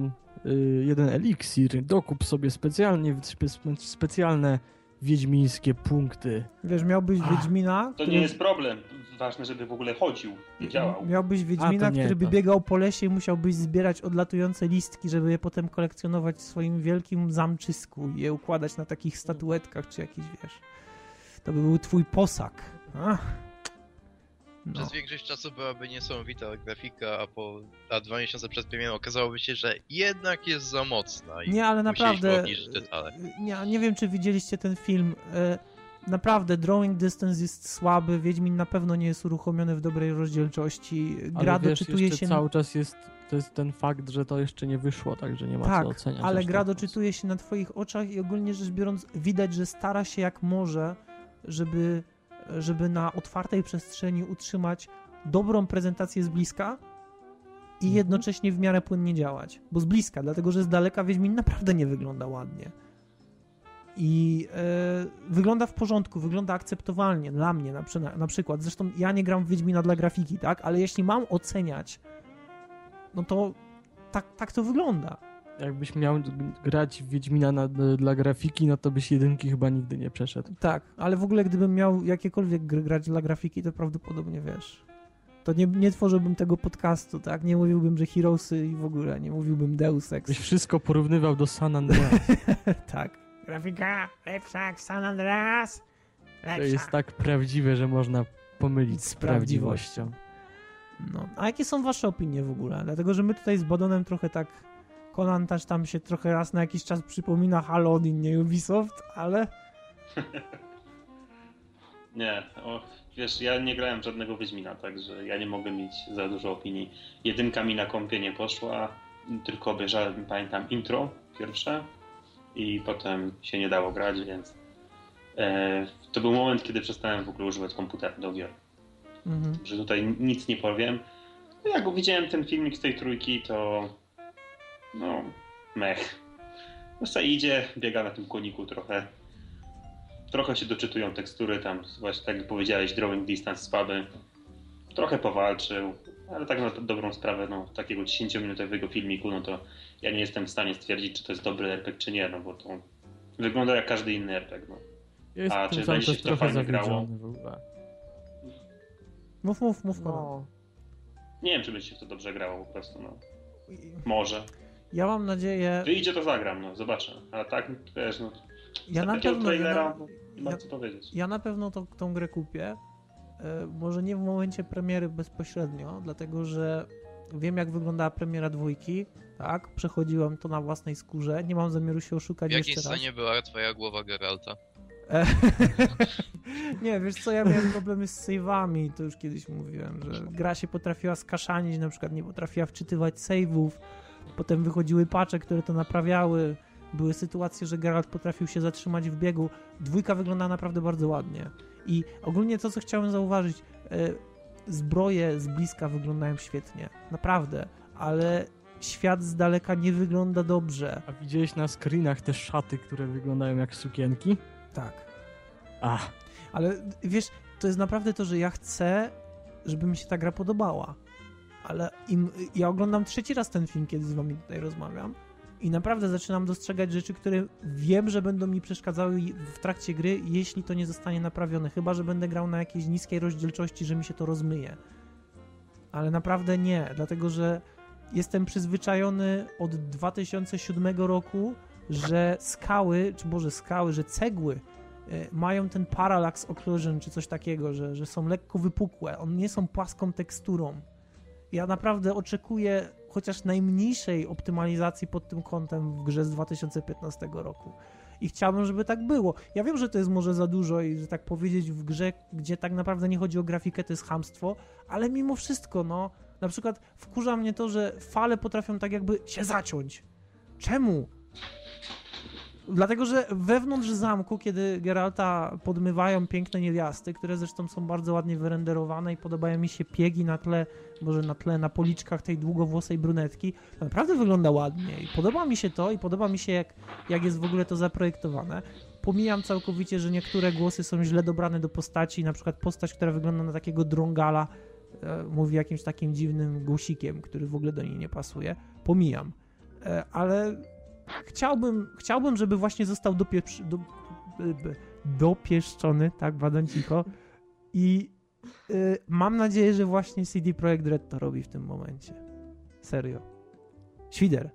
y, jeden eliksir, dokup sobie specjalnie spe, specjalne wiedźmińskie punkty. Wiesz, miałbyś Ach, Wiedźmina... To który... nie jest problem. Ważne, żeby w ogóle chodził i działał. Miałbyś Wiedźmina, A, to nie, który by to- biegał po lesie i musiałbyś zbierać odlatujące listki, żeby je potem kolekcjonować w swoim wielkim zamczysku i je układać na takich statuetkach, czy jakiś, wiesz... To by był twój posag. Ach. No. Przez większość czasu byłaby niesamowita grafika, a po a dwa miesiące przed premierą okazałoby się, że jednak jest za mocna i Nie, ale musieliśmy naprawdę... obniżyć detale. Nie, nie wiem, czy widzieliście ten film. E, Naprawdę, drawing distance jest słaby, Wiedźmin na pewno nie jest uruchomiony w dobrej rozdzielczości. Gra Ale wiesz, doczytuje jeszcze się... cały czas jest, to jest ten fakt, że to jeszcze nie wyszło, także nie ma Tak, co oceniać. ale aż gra tak doczytuje się na twoich oczach i ogólnie rzecz biorąc widać, że stara się jak może, żeby, żeby na otwartej przestrzeni utrzymać dobrą prezentację z bliska i Mhm. jednocześnie w miarę płynnie działać. Bo z bliska, dlatego że z daleka Wiedźmin naprawdę nie wygląda ładnie. I e, wygląda w porządku, wygląda akceptowalnie dla mnie na, przyna- na przykład. Zresztą ja nie gram w Wiedźmina dla grafiki, tak? Ale jeśli mam oceniać, no to tak, tak to wygląda. Jakbyś miał grać w Wiedźmina na, dla grafiki, no to byś jedynki chyba nigdy nie przeszedł. Tak, ale w ogóle gdybym miał jakiekolwiek gry grać dla grafiki, to prawdopodobnie wiesz. To nie, nie tworzyłbym tego podcastu, tak? Nie mówiłbym, że Heroesy i w ogóle nie mówiłbym Deus Ex. Byś wszystko porównywał do San Andreas. Tak. Grafika lepsza jak San Andreas. Lepsza. To jest tak prawdziwe, że można pomylić z Z prawdziwością. prawdziwością. No. A jakie są wasze opinie w ogóle? Dlatego, że my tutaj z Badonem trochę tak... Conan też tam się trochę raz na jakiś czas przypomina Halo, nie Ubisoft, ale... Nie, o, wiesz, ja nie grałem żadnego Wiedźmina, także ja nie mogę mieć za dużo opinii. Jedynka mi na kompie nie poszła, tylko obejrzałem, pamiętam, intro pierwsze i potem się nie dało grać, więc e, to był moment, kiedy przestałem w ogóle używać komputera do gier. Mhm. Że tutaj nic nie powiem. No, jak widziałem ten filmik z tej trójki, to no, mech. No sobie idzie, biega na tym koniku trochę. Trochę się doczytują tekstury tam, właśnie tak jak powiedziałeś, drawing distance słaby. Trochę powalczył, ale tak na dobrą sprawę, no, takiego dziesięciominutowego filmiku, no to ja nie jestem w stanie stwierdzić, czy to jest dobry er pe gie, czy nie, no bo to wygląda jak każdy inny er pe gie, no. Ja jestem A czy cały będzie czas się to trochę fajnie grało? zawiedziony w ogóle. Mów, mów, mów, Conan. No. Nie wiem, czy by się w to dobrze grało po prostu, no. Może. Ja mam nadzieję... Wyjdzie, to zagram, no, zobaczę. A tak, wiesz, no, Ja z na takiego pewno... Ja trailera, na, no, nie ma ja, co powiedzieć. ja na pewno to, tą grę kupię. E, może nie w momencie premiery bezpośrednio, dlatego że wiem, jak wyglądała premiera dwójki. Tak, przechodziłem to na własnej skórze. Nie mam zamiaru się oszukać W jakiej jeszcze raz. scenie była twoja głowa Geralta? E, nie, wiesz co, ja miałem problemy z save'ami, to już kiedyś mówiłem, że gra się potrafiła skaszanić, na przykład nie potrafiła wczytywać save'ów, potem wychodziły patche, które to naprawiały, były sytuacje, że Geralt potrafił się zatrzymać w biegu. Dwójka wygląda naprawdę bardzo ładnie i ogólnie to, co chciałem zauważyć, e, zbroje z bliska wyglądają świetnie, naprawdę, ale świat z daleka nie wygląda dobrze. A widziałeś na screenach te szaty, które wyglądają jak sukienki? Tak. Ach, Ale wiesz, to jest naprawdę to, że ja chcę, żeby mi się ta gra podobała. Ale im, ja oglądam trzeci raz ten film, kiedy z wami tutaj rozmawiam i naprawdę zaczynam dostrzegać rzeczy, które wiem, że będą mi przeszkadzały w trakcie gry, jeśli to nie zostanie naprawione. Chyba że będę grał na jakiejś niskiej rozdzielczości, że mi się to rozmyje. Ale naprawdę nie, dlatego że jestem przyzwyczajony od dwa tysiące siódmego roku, że skały, czy może skały, że cegły mają ten parallax occlusion, czy coś takiego, że, że są lekko wypukłe. One nie są płaską teksturą. Ja naprawdę oczekuję chociaż najmniejszej optymalizacji pod tym kątem w grze z dwa tysiące piętnastego roku. I chciałbym, żeby tak było. Ja wiem, że to jest może za dużo i że tak powiedzieć w grze, gdzie tak naprawdę nie chodzi o grafikę, to jest chamstwo, ale mimo wszystko, no, na przykład wkurza mnie to, że fale potrafią tak jakby się zaciąć. Czemu? Dlatego, że wewnątrz zamku, kiedy Geralta podmywają piękne niewiasty, które zresztą są bardzo ładnie wyrenderowane i podobają mi się piegi na tle, może na tle, na policzkach tej długowłosej brunetki, to naprawdę wygląda ładnie i podoba mi się to i podoba mi się jak, jak jest w ogóle to zaprojektowane. Pomijam całkowicie, że niektóre głosy są źle dobrane do postaci, na przykład postać, która wygląda na takiego drągala, e, mówi jakimś takim dziwnym głosikiem, który w ogóle do niej nie pasuje. Pomijam. e, ale chciałbym, chciałbym, żeby właśnie został dopieprz, do, dopieszczony, tak, badam cicho, i y, mam nadzieję, że właśnie C D Projekt Red to robi w tym momencie. Serio. Świder.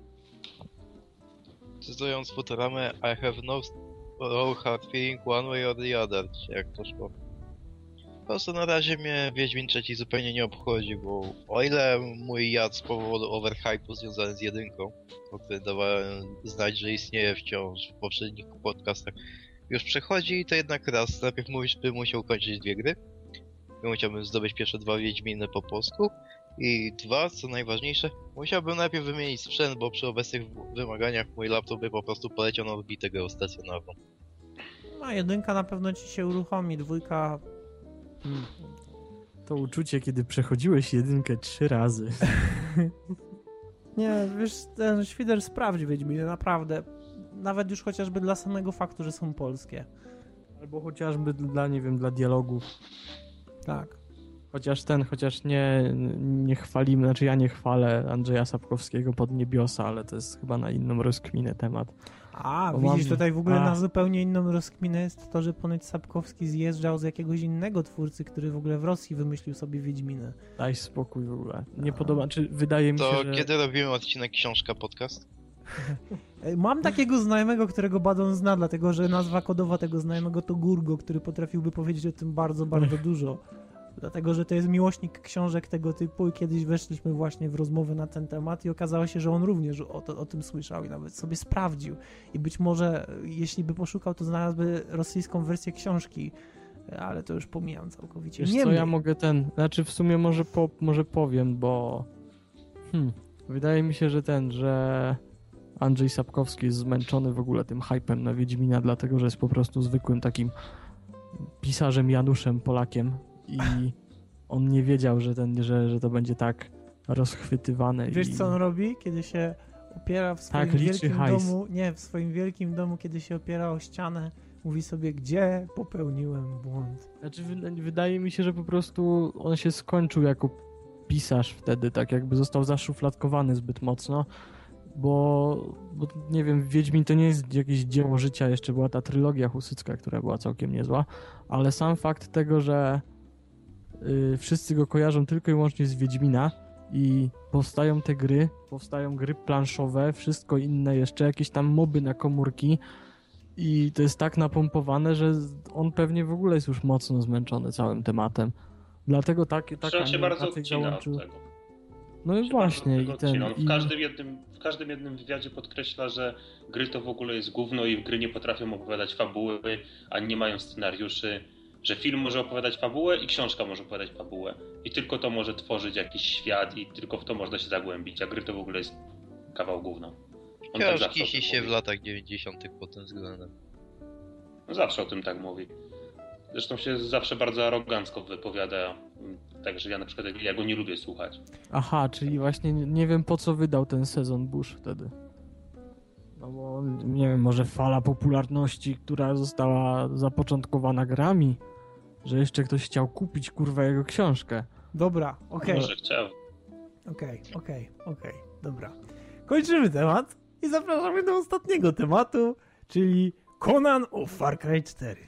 Cytując Futuramę, I have no, no hard feeling one way or the other, czy jak to szło. Po prostu na razie mnie Wiedźmin trzeci zupełnie nie obchodzi, bo o ile mój jad z powodu overhype'u związany z jedynką, o którym dawałem znać, że istnieje wciąż w poprzednich podcastach, już przechodzi, to jednak raz, najpierw mówisz, bym musiał kończyć dwie gry, musiałbym zdobyć pierwsze dwa Wiedźminy po polsku, i dwa, co najważniejsze, musiałbym najpierw wymienić sprzęt, bo przy obecnych wymaganiach mój laptop by po prostu poleciał na orbitę geostacjonarną. No, jedynka na pewno ci się uruchomi, dwójka... Hmm. To uczucie, kiedy przechodziłeś jedynkę trzy razy. Nie, wiesz, ten Świder sprawdź Wiedźminy, naprawdę. Nawet już chociażby dla samego faktu, że są polskie. Albo chociażby dla, nie wiem, dla dialogów. Tak. Chociaż ten, chociaż nie, nie chwalimy, znaczy ja nie chwalę Andrzeja Sapkowskiego pod niebiosa, ale to jest chyba na inną rozkminę temat. A, Bo widzisz, mam... tutaj w ogóle A. na zupełnie inną rozkminę jest to, że ponoć Sapkowski zjeżdżał z jakiegoś innego twórcy, który w ogóle w Rosji wymyślił sobie Wiedźminę. Daj spokój w ogóle. Nie A. podoba, czy wydaje mi się, To że... kiedy robimy odcinek książka podcast? Mam takiego znajomego, którego Badon zna, dlatego że nazwa kodowa tego znajomego to Gurgo, który potrafiłby powiedzieć o tym bardzo, bardzo dużo. Dlatego, że to jest miłośnik książek tego typu i kiedyś weszliśmy właśnie w rozmowę na ten temat i okazało się, że on również o, to, o tym słyszał i nawet sobie sprawdził. I być może, jeśli by poszukał, to znalazłby rosyjską wersję książki, ale to już pomijam całkowicie. Wiesz Nie co, mnie. ja mogę ten, znaczy w sumie może, po, może powiem, bo hmm, wydaje mi się, że ten, że Andrzej Sapkowski jest zmęczony w ogóle tym hypem na Wiedźmina, dlatego, że jest po prostu zwykłym takim pisarzem Januszem Polakiem i on nie wiedział, że, ten, że, że to będzie tak rozchwytywane. Wiesz, i... co on robi, kiedy się opiera w swoim Tak, liczy wielkim hajs. domu, nie, w swoim wielkim domu, kiedy się opiera o ścianę, mówi sobie, gdzie popełniłem błąd. Znaczy, wy- wydaje mi się, że po prostu on się skończył jako pisarz wtedy, tak jakby został zaszufladkowany zbyt mocno, bo, bo nie wiem, Wiedźmin to nie jest jakieś dzieło życia, jeszcze była ta trylogia husycka, która była całkiem niezła, ale sam fakt tego, że y, wszyscy go kojarzą tylko i wyłącznie z Wiedźmina i powstają te gry, powstają gry planszowe, wszystko inne jeszcze, jakieś tam moby na komórki i to jest tak napompowane, że on pewnie w ogóle jest już mocno zmęczony całym tematem. Dlatego takie tak, Zresztą się bardzo Tacy odcina załączył... od tego. No i Się właśnie. bardzo I od tego ten, odcina. On i... w, każdym jednym, w każdym jednym wywiadzie podkreśla, że gry to w ogóle jest gówno i gry nie potrafią opowiadać fabuły, ani nie mają scenariuszy, że film może opowiadać fabułę i książka może opowiadać fabułę. I tylko to może tworzyć jakiś świat i tylko w to można się zagłębić, a gry to w ogóle jest kawał gówna. On tak zawsze o Książki tym się mówi. w latach dziewięćdziesiątych pod tym względem. No zawsze o tym tak mówi. Zresztą się zawsze bardzo arogancko wypowiada, także ja na przykład ja go nie lubię słuchać. Aha, czyli właśnie nie, nie wiem po co wydał ten sezon Bush wtedy. No bo nie wiem, może fala popularności, która została zapoczątkowana grami, że jeszcze ktoś chciał kupić kurwa jego książkę. Dobra, okej, Może chciał. okej, okej, okej, dobra. Kończymy temat i zapraszamy do ostatniego tematu, czyli Conan o Far Cry cztery.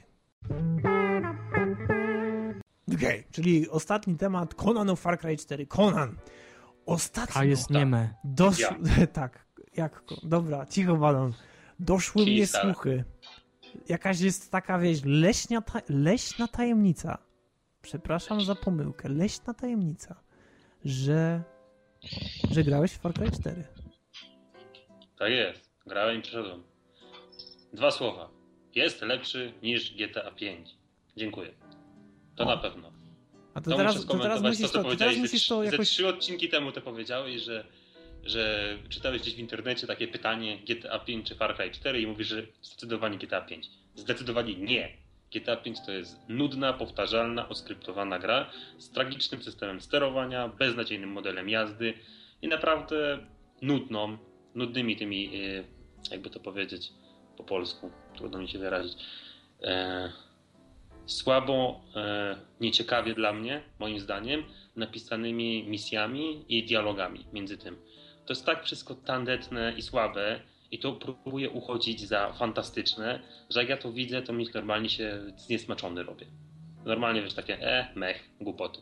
Okej, czyli ostatni temat Conan o Far Cry cztery. Conan. Ostatnio... A jest nieme. Dosz... Ja. tak, jak... Dobra, cicho balon. Doszły mnie Cisza. słuchy. Jakaś jest taka, wieś, leśnia ta... leśna tajemnica. Przepraszam za pomyłkę. Leśna tajemnica. Że... Że grałeś w Far Cry cztery. Tak jest. Grałem i przeszedłem. Dwa słowa. Jest lepszy niż G T A pięć. Dziękuję. To O. na pewno. A to To teraz, muszę to teraz skomentować musisz to, co to, ty teraz powiedziałeś. musisz Ze, to ze jakoś... trzy odcinki temu to powiedziałeś, że, że czytałeś gdzieś w internecie takie pytanie G T A pięć czy Far Cry cztery i mówisz, że zdecydowanie G T A pięć. Zdecydowanie nie. G T A pięć to jest nudna, powtarzalna, oskryptowana gra z tragicznym systemem sterowania, beznadziejnym modelem jazdy i naprawdę nudną, nudnymi tymi, jakby to powiedzieć po polsku, trudno mi się wyrazić, e, słabo, e, nieciekawie dla mnie, moim zdaniem, napisanymi misjami i dialogami między tym. to jest tak wszystko tandetne i słabe i to próbuje uchodzić za fantastyczne, że jak ja to widzę, to mi normalnie się zniesmaczony robię. Normalnie wiesz, takie e, mech, głupoty.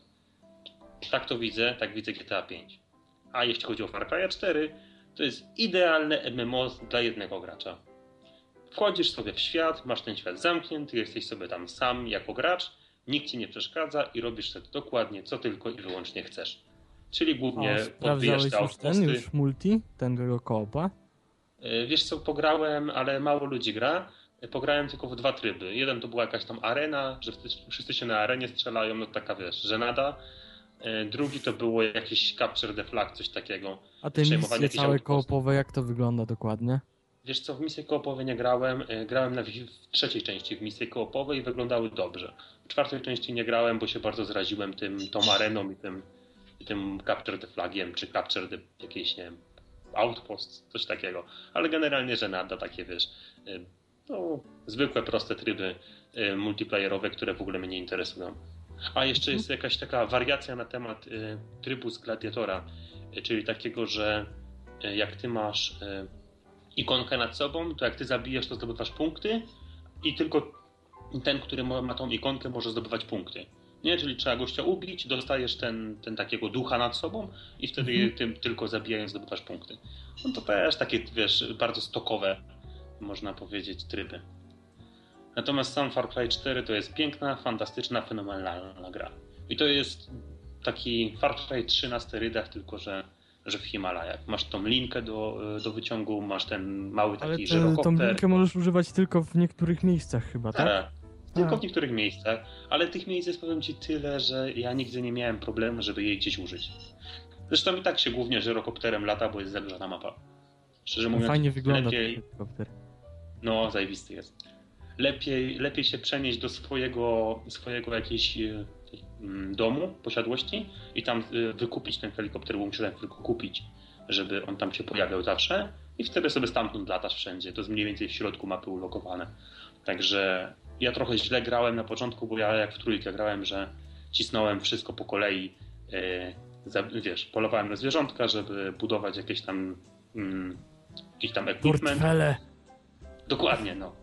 Tak to widzę, tak widzę G T A pięć. A jeśli chodzi o Far Cry cztery, to jest idealne M M O dla jednego gracza. Wchodzisz sobie w świat, masz ten świat zamknięty, jesteś sobie tam sam jako gracz, nikt ci nie przeszkadza i robisz sobie dokładnie co tylko i wyłącznie chcesz. Czyli głównie odbijasz te outposty. Ten już multi, ten koopa? Wiesz co, pograłem, ale mało ludzi gra. Pograłem tylko w dwa tryby. Jeden to była jakaś tam arena, że wszyscy się na arenie strzelają, no taka wiesz, żenada. Drugi to było jakiś capture the flag, coś takiego. A te misje całe koopowe, jak to wygląda dokładnie? Wiesz co, w misje koopowe nie grałem. Grałem na, w trzeciej części w misje koopowe i wyglądały dobrze. W czwartej części nie grałem, bo się bardzo zraziłem tym, tą areną i tym, i tym capture the flagiem, czy capture the jakiejś, nie wiem, outpost, coś takiego. Ale generalnie żenada, takie wiesz, no, zwykłe, proste tryby multiplayerowe, które w ogóle mnie nie interesują. A jeszcze jest jakaś taka wariacja na temat y, trybu z Gladiatora, y, czyli takiego, że y, jak ty masz y, ikonkę nad sobą, to jak ty zabijesz, to zdobywasz punkty i tylko ten, który ma, ma tą ikonkę, może zdobywać punkty. Nie? Czyli trzeba gościa ubić, dostajesz ten, ten takiego ducha nad sobą i wtedy mhm. tym tylko zabijając zdobywasz punkty. No to też takie, wiesz, bardzo stokowe, można powiedzieć, tryby. Natomiast sam Far Cry cztery to jest piękna, fantastyczna, fenomenalna gra. I to jest taki Far Cry trzy na sterydach, tylko że, że w Himalajach. Masz tą linkę do, do wyciągu, masz ten mały taki Ale żyrokopter. Ale tą linkę możesz używać tylko w niektórych miejscach chyba, tak? Tak, tylko w niektórych miejscach. Ale tych miejsc jest, powiem ci, tyle, że ja nigdy nie miałem problemu, żeby jej gdzieś użyć. Zresztą i tak się głównie żyrokopterem lata, bo jest zagrzana mapa. Szczerze mówiąc, fajnie wygląda lepiej... ten helikopter. No, zajebisty jest. Lepiej, lepiej się przenieść do swojego, swojego jakiegoś domu, posiadłości i tam wykupić ten helikopter, bo musisz tylko kupić, żeby on tam się pojawiał zawsze i wtedy sobie stamtąd latasz wszędzie. To jest mniej więcej w środku mapy ulokowane. Także ja trochę źle grałem na początku, bo ja jak w trójkę grałem, że cisnąłem wszystko po kolei, yy, wiesz, polowałem na zwierzątka, żeby budować jakieś tam mm, jakiś tam equipment. Portfele. Dokładnie, no.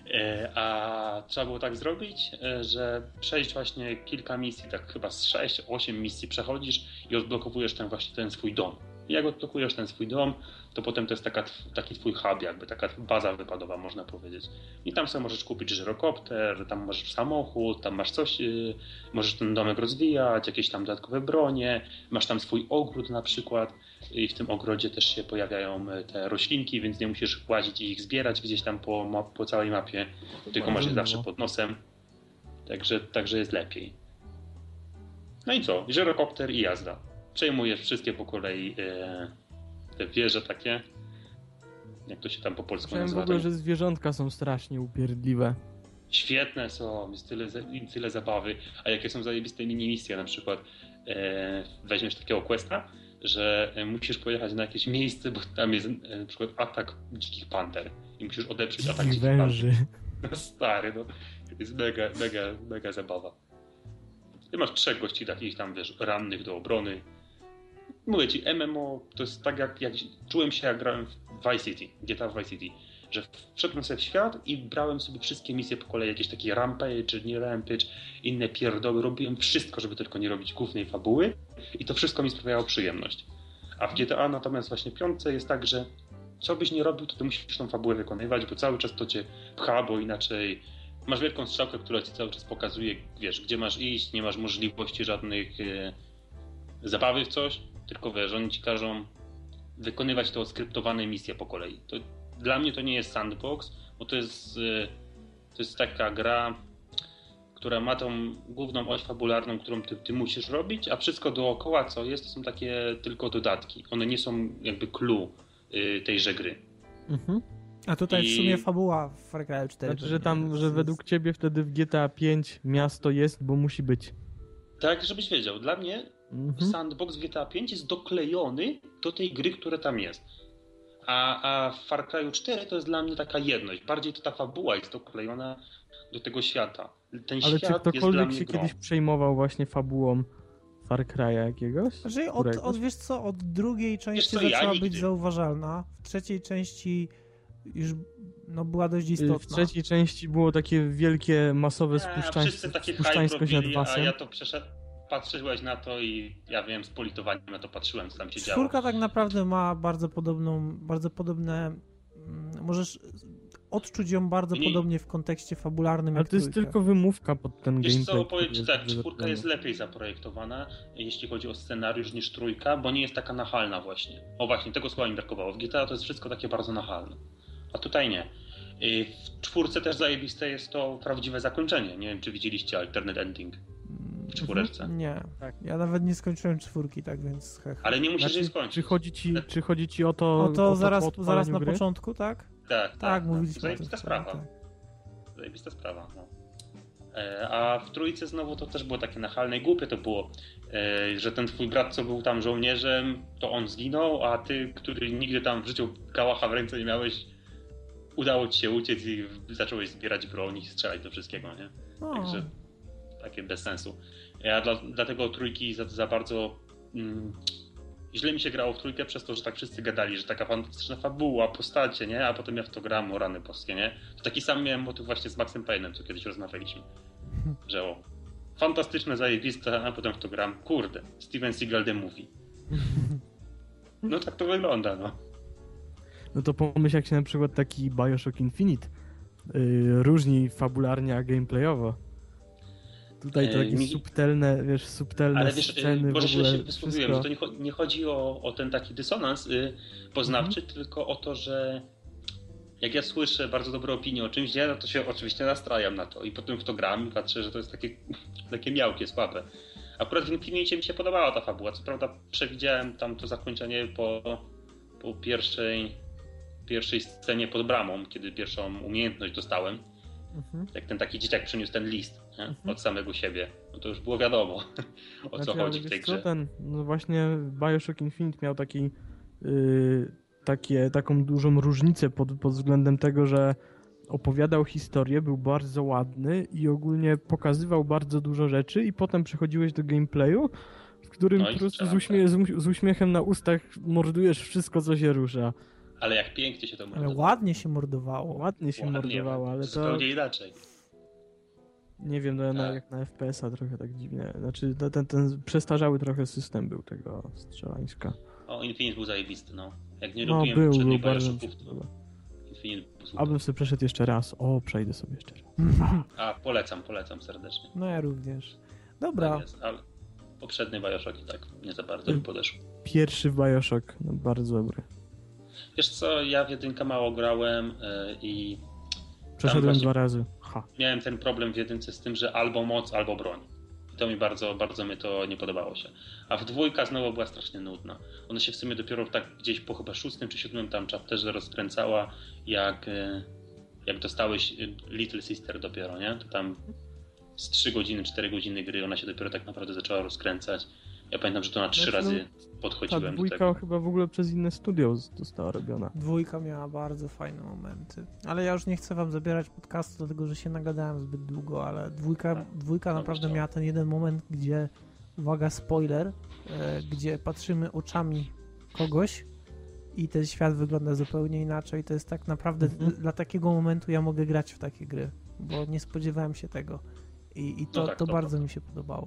A trzeba było tak zrobić, że przejść właśnie kilka misji, tak chyba z sześć osiem misji przechodzisz i odblokowujesz ten właśnie ten swój dom. I jak odblokujesz ten swój dom, to potem to jest taka, taki twój hub, jakby taka baza wypadowa, można powiedzieć. I tam sobie możesz kupić żyrokopter, tam masz samochód, tam masz coś, możesz ten domek rozwijać, jakieś tam dodatkowe bronie, masz tam swój ogród na przykład i w tym ogrodzie też się pojawiają te roślinki, więc nie musisz łazić i ich zbierać gdzieś tam po, po całej mapie, tylko masz je zawsze pod nosem. Także, także jest lepiej. No i co? Żyrokopter i jazda. Przejmujesz wszystkie po kolei e, te wieże takie. Jak to się tam po polsku Wiem nazywa? w ogóle, że zwierzątka są strasznie upierdliwe. Świetne są, jest tyle, tyle zabawy. A jakie są zajebiste mini-misje, na przykład e, weźmiesz takiego questa, że musisz pojechać na jakieś miejsce, bo tam jest e, na przykład atak dzikich panter i musisz odeprzeć atak dzikich węży. panter. Stary, no. Jest mega, mega, mega zabawa. Ty masz trzech gości takich tam, wiesz, rannych do obrony. Mówię ci, M M O to jest tak jak, jak czułem się jak grałem w Vice City, G T A Vice City, że wszedłem sobie w świat i brałem sobie wszystkie misje po kolei, jakieś takie rampage, nie rampage, inne pierdoły, robiłem wszystko, żeby tylko nie robić głównej fabuły i to wszystko mi sprawiało przyjemność. A w G T A natomiast właśnie piątce jest tak, że co byś nie robił, to ty musisz tą fabułę wykonywać, bo cały czas to cię pcha, bo inaczej masz wielką strzałkę, która ci cały czas pokazuje, wiesz, gdzie masz iść, nie masz możliwości żadnych e, zabawy w coś, tylko wiesz, oni ci każą wykonywać te skryptowane misje po kolei. To, dla mnie to nie jest sandbox, bo to jest, e, to jest taka gra, która ma tą główną oś fabularną, którą ty, ty musisz robić, a wszystko dookoła, co jest, to są takie tylko dodatki. One nie są jakby clue y, tejże gry. Mhm. A tutaj I... w sumie fabuła w Far Cry cztery. Znaczy, że tam, że według ciebie wtedy w G T A pięć miasto jest, bo musi być. Tak, żebyś wiedział. Dla mnie mhm. sandbox w G T A pięć jest doklejony do tej gry, która tam jest. A, a w Far Cry cztery to jest dla mnie taka jedność. Bardziej to ta fabuła jest doklejona do tego świata. Ten Ale świat czy ktokolwiek się grą. kiedyś przejmował właśnie fabułą Far Cry'a jakiegoś? Znaczy od, od, wiesz co, od drugiej części co, ja zaczęła nigdy. być zauważalna. W trzeciej części już no, była dość istotna. W trzeciej części było takie wielkie, masowe A spuszczańsko, wszyscy takie hype spuszczańskość nad robili, a wasem. ja to przeszedł, patrzyłeś na to i ja wiem, z politowaniem na to patrzyłem, co tam się działo. Czwórka tak naprawdę ma bardzo podobną, bardzo podobne, mm, możesz odczuć ją bardzo Nie- podobnie w kontekście fabularnym Ale jak to jest trójka. tylko wymówka pod ten Wiesz gameplay. co, powiem który ci jest tak, dobrze czwórka zrobiony. jest lepiej zaprojektowana, jeśli chodzi o scenariusz, niż trójka, bo nie jest taka nachalna właśnie. O właśnie, tego słowa mi brakowało. W G T A to jest wszystko takie bardzo nachalne, a tutaj nie. I w czwórce też zajebiste jest to prawdziwe zakończenie. Nie wiem, czy widzieliście alternate ending w czwórce. Nie, Tak. ja nawet nie skończyłem czwórki, tak więc hech. Ale nie musisz jej Znaczy, skończyć. czy, chodzi ci, czy chodzi ci o to, No to zaraz, po zaraz na odpaleniu gry? początku, tak? Tak, tak. Tak, mówiliśmy o tym. Zajebista sprawa. Tak. Zajebista sprawa, no. E, A w trójce znowu to też było takie nachalne i głupie to było, e, że ten twój brat, co był tam żołnierzem, to on zginął, a ty, który nigdy tam w życiu kałacha w ręce nie miałeś, udało ci się uciec i zacząłeś zbierać broń i strzelać do wszystkiego, nie? No. Także takie bez sensu. Ja dla, dlatego trójki za, za bardzo mm, źle mi się grało w trójkę przez to, że tak wszyscy gadali, że taka fantastyczna fabuła, postacie, nie? A potem ja w to gram, o rany boskie, nie? To taki sam miałem motyw właśnie z Maxem Payne'em, co kiedyś rozmawialiśmy. Że o, fantastyczne, zajebiste, a potem w to gram, kurde, Steven Seagal the Movie. No tak to wygląda, no. No to pomyśl, jak się na przykład taki Bioshock Infinite yy, różni fabularnie, a gameplayowo. Tutaj to E, takie mi- subtelne, wiesz, subtelne Ale wiesz, sceny, y, może w się, ogóle się wysłowiłem, wszystko. że to nie, cho- nie chodzi o, o ten taki dysonans y, poznawczy, tylko o to, że jak ja słyszę bardzo dobre opinie o czymś, ja to się oczywiście nastrajam na to i potem w to gram i patrzę, że to jest takie, takie miałkie, słabe. Akurat w Infinicie mi się podobała ta fabuła, co prawda przewidziałem tam to zakończenie po, po pierwszej, pierwszej scenie pod bramą, kiedy pierwszą umiejętność dostałem. Mhm. Jak ten taki dzieciak przyniósł ten list, nie? Mhm. Od samego siebie, no to już było wiadomo, o co Znaczy, chodzi ale w tej wiesz co, grze. ten, no właśnie Bioshock Infinite miał taki, yy, takie, taką dużą różnicę pod, pod względem tego, że opowiadał historię, był bardzo ładny i ogólnie pokazywał bardzo dużo rzeczy i potem przechodziłeś do gameplayu, w którym No i po prostu z, strzelam, uśmie- z, u- z uśmiechem na ustach mordujesz wszystko, co się rusza. Ale jak pięknie się to Ale mordowało. ładnie się mordowało. Ładnie się Ładnie, mordowało, ale to zupełnie inaczej. nie wiem, no, na, Tak. jak na F P S a trochę tak dziwnie. Znaczy ten, ten, ten przestarzały trochę system był tego strzelańska. O, Infinite był zajebisty, no. Jak nie No lubiłem był, był poprzednich bardzo mi się Bioshocków, to podoba. Infinite był super. Abym sobie przeszedł jeszcze raz. O, przejdę sobie jeszcze raz. A, polecam, polecam serdecznie. No ja również. Tak Dobra, jest, ale poprzednie Bioshocki tak nie za bardzo mi podeszły. Pierwszy Bioshock, no bardzo dobry. Wiesz co, ja w jedynkę mało grałem yy, i Przeszedłem właśnie- dwa razy. Ha. miałem ten problem w jedynce z tym, że albo moc, albo broń. I to mi bardzo, bardzo mi to nie podobało się. A w dwójka znowu była strasznie nudna. Ona się w sumie dopiero tak gdzieś po chyba szóstym czy siódmym tam chapterze rozkręcała, jak, e, jak dostałeś e, Little Sister dopiero, nie? To tam z trzy godziny, cztery godziny gry ona się dopiero tak naprawdę zaczęła rozkręcać. Ja pamiętam, że to na trzy Znaczy, no, razy Ta podchodziłem do dwójka tego. chyba w ogóle przez inne studio z- została robiona. dwójka miała bardzo fajne momenty. Ale ja już nie chcę wam zabierać podcastu, dlatego że się nagadałem zbyt długo, ale dwójka, dwójka No, naprawdę wiesz co? miała ten jeden moment, gdzie, uwaga, spoiler, e, gdzie patrzymy oczami kogoś i ten świat wygląda zupełnie inaczej. To jest tak naprawdę, Mhm. dla takiego momentu ja mogę grać w takie gry, bo nie spodziewałem się tego. I, i to, No tak, to to bardzo prawda. mi się podobało.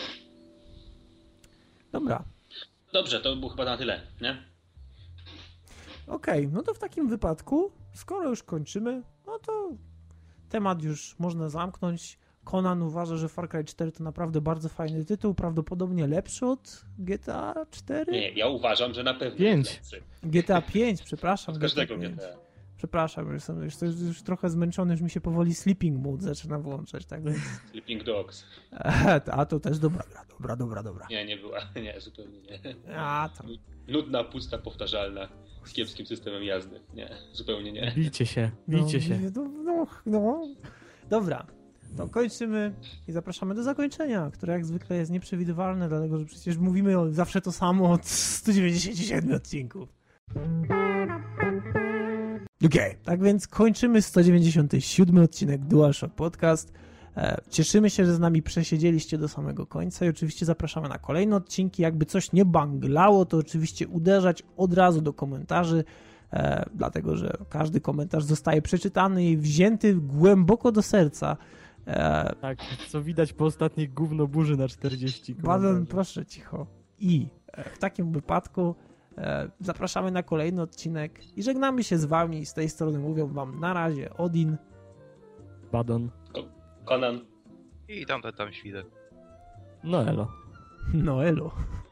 Dobra. Dobrze, to było chyba na tyle, nie? Okej, no to w takim wypadku, skoro już kończymy, no to temat już można zamknąć. Conan uważa, że Far Cry cztery to naprawdę bardzo fajny tytuł, prawdopodobnie lepszy od G T A cztery? Nie, ja uważam, że na pewno Pięć. jest lepszy. G T A pięć, przepraszam. Od G T A każdego pięć. G T A. Przepraszam, już, jestem, już, już, już trochę zmęczony, już mi się powoli sleeping mood zaczyna włączać, tak więc... Sleeping Dogs. A to też dobra gra, dobra, dobra, dobra. Nie, nie była. Nie, zupełnie nie. A to... Nudna, pusta, powtarzalna, z kiepskim systemem jazdy. Nie, zupełnie nie. Bijcie się, bijcie no, się. No, no, no. Dobra, to kończymy i zapraszamy do zakończenia, które jak zwykle jest nieprzewidywalne, dlatego że przecież mówimy o, zawsze to samo od stu dziewięćdziesięciu siedmiu odcinków. Okej, okay. Tak więc kończymy sto dziewięćdziesiąty siódmy odcinek DualShock Podcast. E, cieszymy się, że z nami przesiedzieliście do samego końca i oczywiście zapraszamy na kolejne odcinki. Jakby coś nie banglało, to oczywiście uderzać od razu do komentarzy, e, dlatego że każdy komentarz zostaje przeczytany i wzięty głęboko do serca. E, Tak, co widać po ostatniej gównoburzy na czterdzieści Baden, komentarzy. proszę cicho. I e, w takim wypadku e, zapraszamy na kolejny odcinek i żegnamy się z wami. Z tej strony mówią wam na razie Odin. Badon. Conan. I tamte tam świder. No elo. No elo.